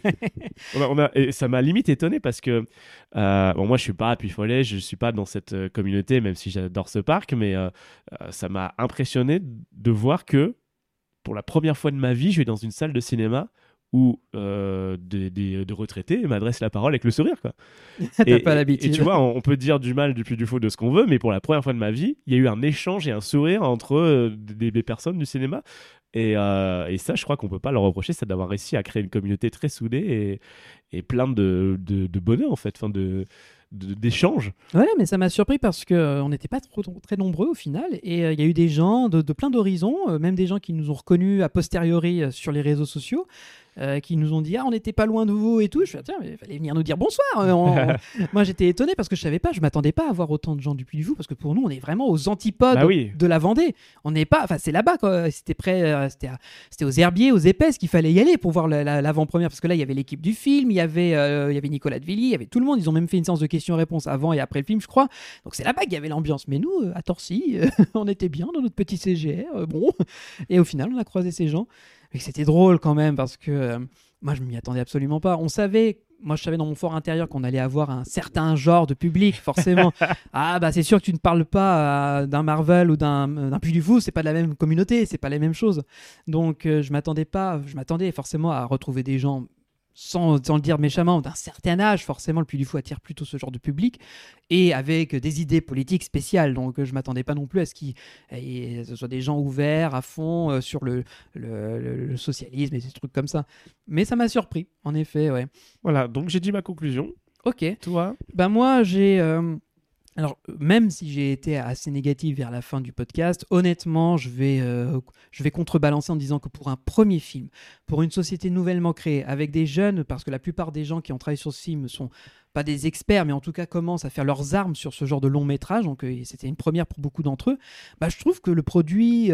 Et ça m'a limite étonné parce que moi je suis pas à Puy-Follet, je suis pas dans cette communauté même si j'adore ce parc, mais ça m'a impressionné de voir que pour la première fois de ma vie je vais dans une salle de cinéma où des retraités m'adressent la parole avec le sourire, quoi. T'as pas l'habitude. Et tu vois, on peut dire du mal du Puy du Fou de ce qu'on veut, mais pour la première fois de ma vie, il y a eu un échange et un sourire entre des personnes du cinéma. Et ça, je crois qu'on peut pas leur reprocher, c'est d'avoir réussi à créer une communauté très soudée et plein de bonheur, en fait, d'échanges. Ouais, mais ça m'a surpris parce qu'on n'était pas très nombreux au final. Et il y a eu des gens de plein d'horizons, même des gens qui nous ont reconnus a posteriori sur les réseaux sociaux, qui nous ont dit « Ah, on n'était pas loin de vous et tout ». Je suis « Tiens, mais il fallait venir nous dire bonsoir ». Moi, j'étais étonné parce que je savais pas, je m'attendais pas à voir autant de gens du Puy du Fou parce que pour nous, on est vraiment aux antipodes de la Vendée. On n'est pas, enfin, c'est là-bas, quoi. C'était près, c'était aux Herbiers, aux Épaisses qu'il fallait y aller pour voir l'avant-première parce que là, il y avait l'équipe du film, il y avait Nicolas de Villiers, il y avait tout le monde. Ils ont même fait une séance de questions-réponses avant et après le film, je crois. Donc c'est là-bas qu'il y avait l'ambiance. Mais nous, à Torcy, on était bien dans notre petit CGR, bon. Et au final, on a croisé ces gens. Mais c'était drôle quand même parce que moi je m'y attendais absolument pas. On savait moi je savais dans mon fort intérieur qu'on allait avoir un certain genre de public, forcément. Ah bah c'est sûr que tu ne parles pas d'un Marvel ou d'un Puy du Fou, c'est pas de la même communauté, c'est pas les mêmes choses. Donc je m'attendais forcément à retrouver des gens, sans le dire méchamment, d'un certain âge. Forcément, le Puy du Fou attire plutôt ce genre de public, et avec des idées politiques spéciales. Donc je ne m'attendais pas non plus à ce ce soit des gens ouverts à fond sur le socialisme et des trucs comme ça. Mais ça m'a surpris, en effet, ouais. Voilà, donc j'ai dit ma conclusion. Ok. Toi ? Ben moi, j'ai... Alors, même si j'ai été assez négatif vers la fin du podcast, honnêtement, je vais contrebalancer en disant que pour un premier film, pour une société nouvellement créée, avec des jeunes, parce que la plupart des gens qui ont travaillé sur ce film sont pas des experts, mais en tout cas commencent à faire leurs armes sur ce genre de long métrage, donc c'était une première pour beaucoup d'entre eux, bah, je trouve que le produit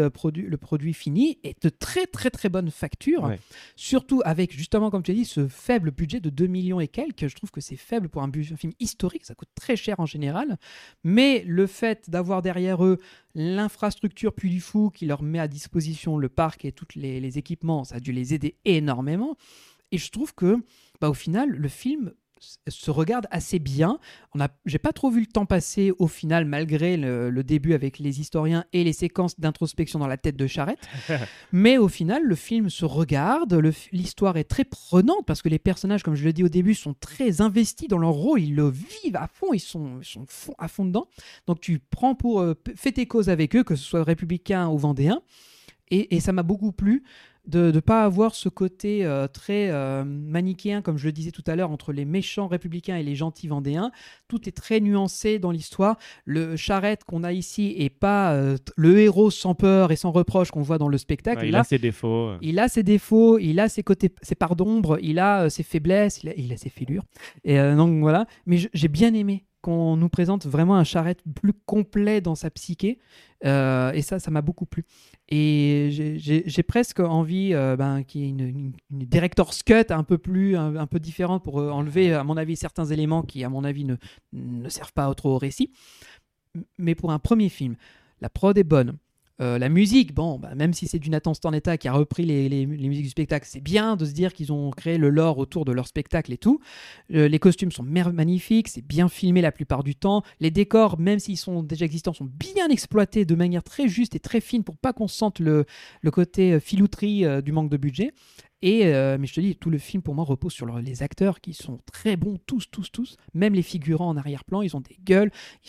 fini est de très très très bonne facture, Ouais. Surtout avec justement, comme tu as dit, ce faible budget de 2 millions et quelques. Je trouve que c'est faible pour un film historique, ça coûte très cher en général, mais le fait d'avoir derrière eux l'infrastructure Puy du Fou qui leur met à disposition le parc et tous les équipements, ça a dû les aider énormément, et je trouve que bah, au final le film se regarde assez bien. J'ai pas trop vu le temps passer au final, malgré le début avec les historiens et les séquences d'introspection dans la tête de Charrette. Mais au final, le film se regarde, l'histoire est très prenante parce que les personnages, comme je le dis au début, sont très investis dans leur rôle, ils le vivent à fond, ils sont à fond dedans. Donc tu prends fais tes causes avec eux, que ce soit républicain ou vendéen, et ça m'a beaucoup plu de ne pas avoir ce côté très manichéen, comme je le disais tout à l'heure, entre les méchants républicains et les gentils vendéens. Tout est très nuancé dans l'histoire. Le Charrette qu'on a ici n'est pas le héros sans peur et sans reproche qu'on voit dans le spectacle. Ouais, il a ses défauts. Il a ses défauts, il a ses parts d'ombre, il a ses faiblesses, il a ses fêlures. Et donc voilà. Mais j'ai bien aimé qu'on nous présente vraiment un Charrette plus complet dans sa psyché, et ça m'a beaucoup plu. Et j'ai presque envie qu'il y ait une director's cut un peu différente pour enlever, à mon avis, certains éléments qui, à mon avis, ne servent pas trop au récit. Mais pour un premier film, la prod est bonne. La musique, même si c'est du Nathan Stornetta qui a repris les musiques du spectacle, c'est bien de se dire qu'ils ont créé le lore autour de leur spectacle et tout. Les costumes sont magnifiques, c'est bien filmé la plupart du temps. Les décors, même s'ils sont déjà existants, sont bien exploités de manière très juste et très fine pour pas qu'on sente le côté filouterie du manque de budget. Mais je te dis, tout le film pour moi repose sur les acteurs qui sont très bons, tous. Même les figurants en arrière-plan, ils ont des gueules,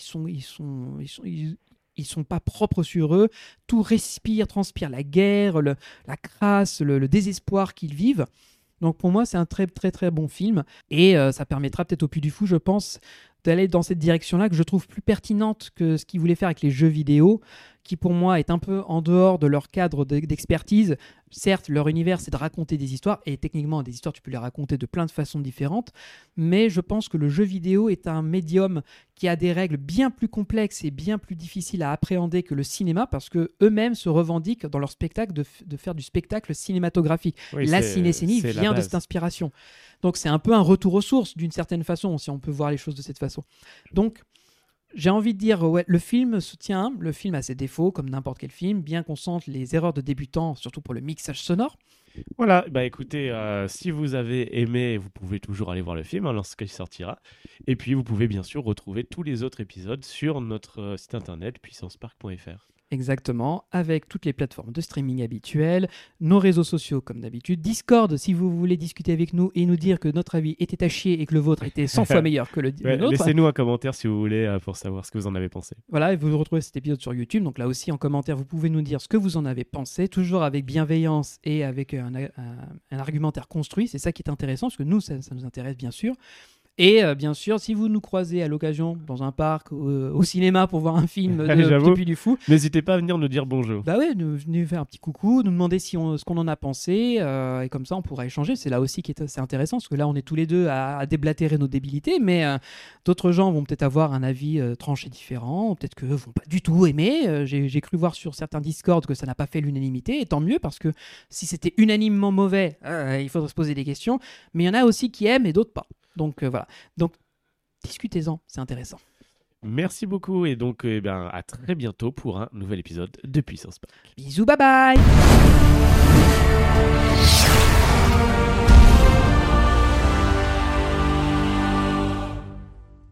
ils sont pas propres sur eux, tout transpire la guerre, la crasse, le désespoir qu'ils vivent. Donc pour moi, c'est un très très très bon film, et ça permettra peut-être au Puy du Fou, je pense, d'aller dans cette direction-là que je trouve plus pertinente que ce qu'ils voulaient faire avec les jeux vidéo, qui pour moi est un peu en dehors de leur cadre d'expertise. Certes, leur univers, c'est de raconter des histoires, et techniquement, des histoires, tu peux les raconter de plein de façons différentes, mais je pense que le jeu vidéo est un médium qui a des règles bien plus complexes et bien plus difficiles à appréhender que le cinéma, parce qu'eux-mêmes se revendiquent dans leur spectacle de faire du spectacle cinématographique. Oui, la cinécénie vient de cette inspiration. Donc c'est un peu un retour aux sources, d'une certaine façon, si on peut voir les choses de cette façon. Donc, j'ai envie de dire, ouais, le film se tient, le film a ses défauts, comme n'importe quel film, bien qu'on sente les erreurs de débutants, surtout pour le mixage sonore. Voilà, écoutez, si vous avez aimé, vous pouvez toujours aller voir le film lorsqu'il sortira. Et puis, vous pouvez bien sûr retrouver tous les autres épisodes sur notre site internet puissancepark.fr. Exactement, avec toutes les plateformes de streaming habituelles, nos réseaux sociaux comme d'habitude, Discord si vous voulez discuter avec nous et nous dire que notre avis était à chier et que le vôtre était 100 fois meilleur que le nôtre. Laissez-nous un commentaire si vous voulez pour savoir ce que vous en avez pensé. Voilà, et vous retrouvez cet épisode sur YouTube, donc là aussi en commentaire vous pouvez nous dire ce que vous en avez pensé, toujours avec bienveillance et avec un argumentaire construit, c'est ça qui est intéressant parce que nous ça nous intéresse bien sûr. Et bien sûr, si vous nous croisez à l'occasion dans un parc, au cinéma pour voir un film de Puy du Fou, n'hésitez pas à venir nous dire bonjour. Bah ouais, venez faire un petit coucou, nous demander ce qu'on en a pensé, et comme ça on pourra échanger. C'est là aussi qui est assez intéressant, parce que là on est tous les deux à déblatérer nos débilités, mais d'autres gens vont peut-être avoir un avis tranché différent, peut-être que vont pas du tout aimer. J'ai cru voir sur certains Discord que ça n'a pas fait l'unanimité, et tant mieux, parce que si c'était unanimement mauvais, il faudrait se poser des questions, mais il y en a aussi qui aiment et d'autres pas. Donc voilà, donc discutez-en, c'est intéressant. Merci beaucoup, et donc à très bientôt pour un nouvel épisode de Puissance Park. Bisous, bye bye.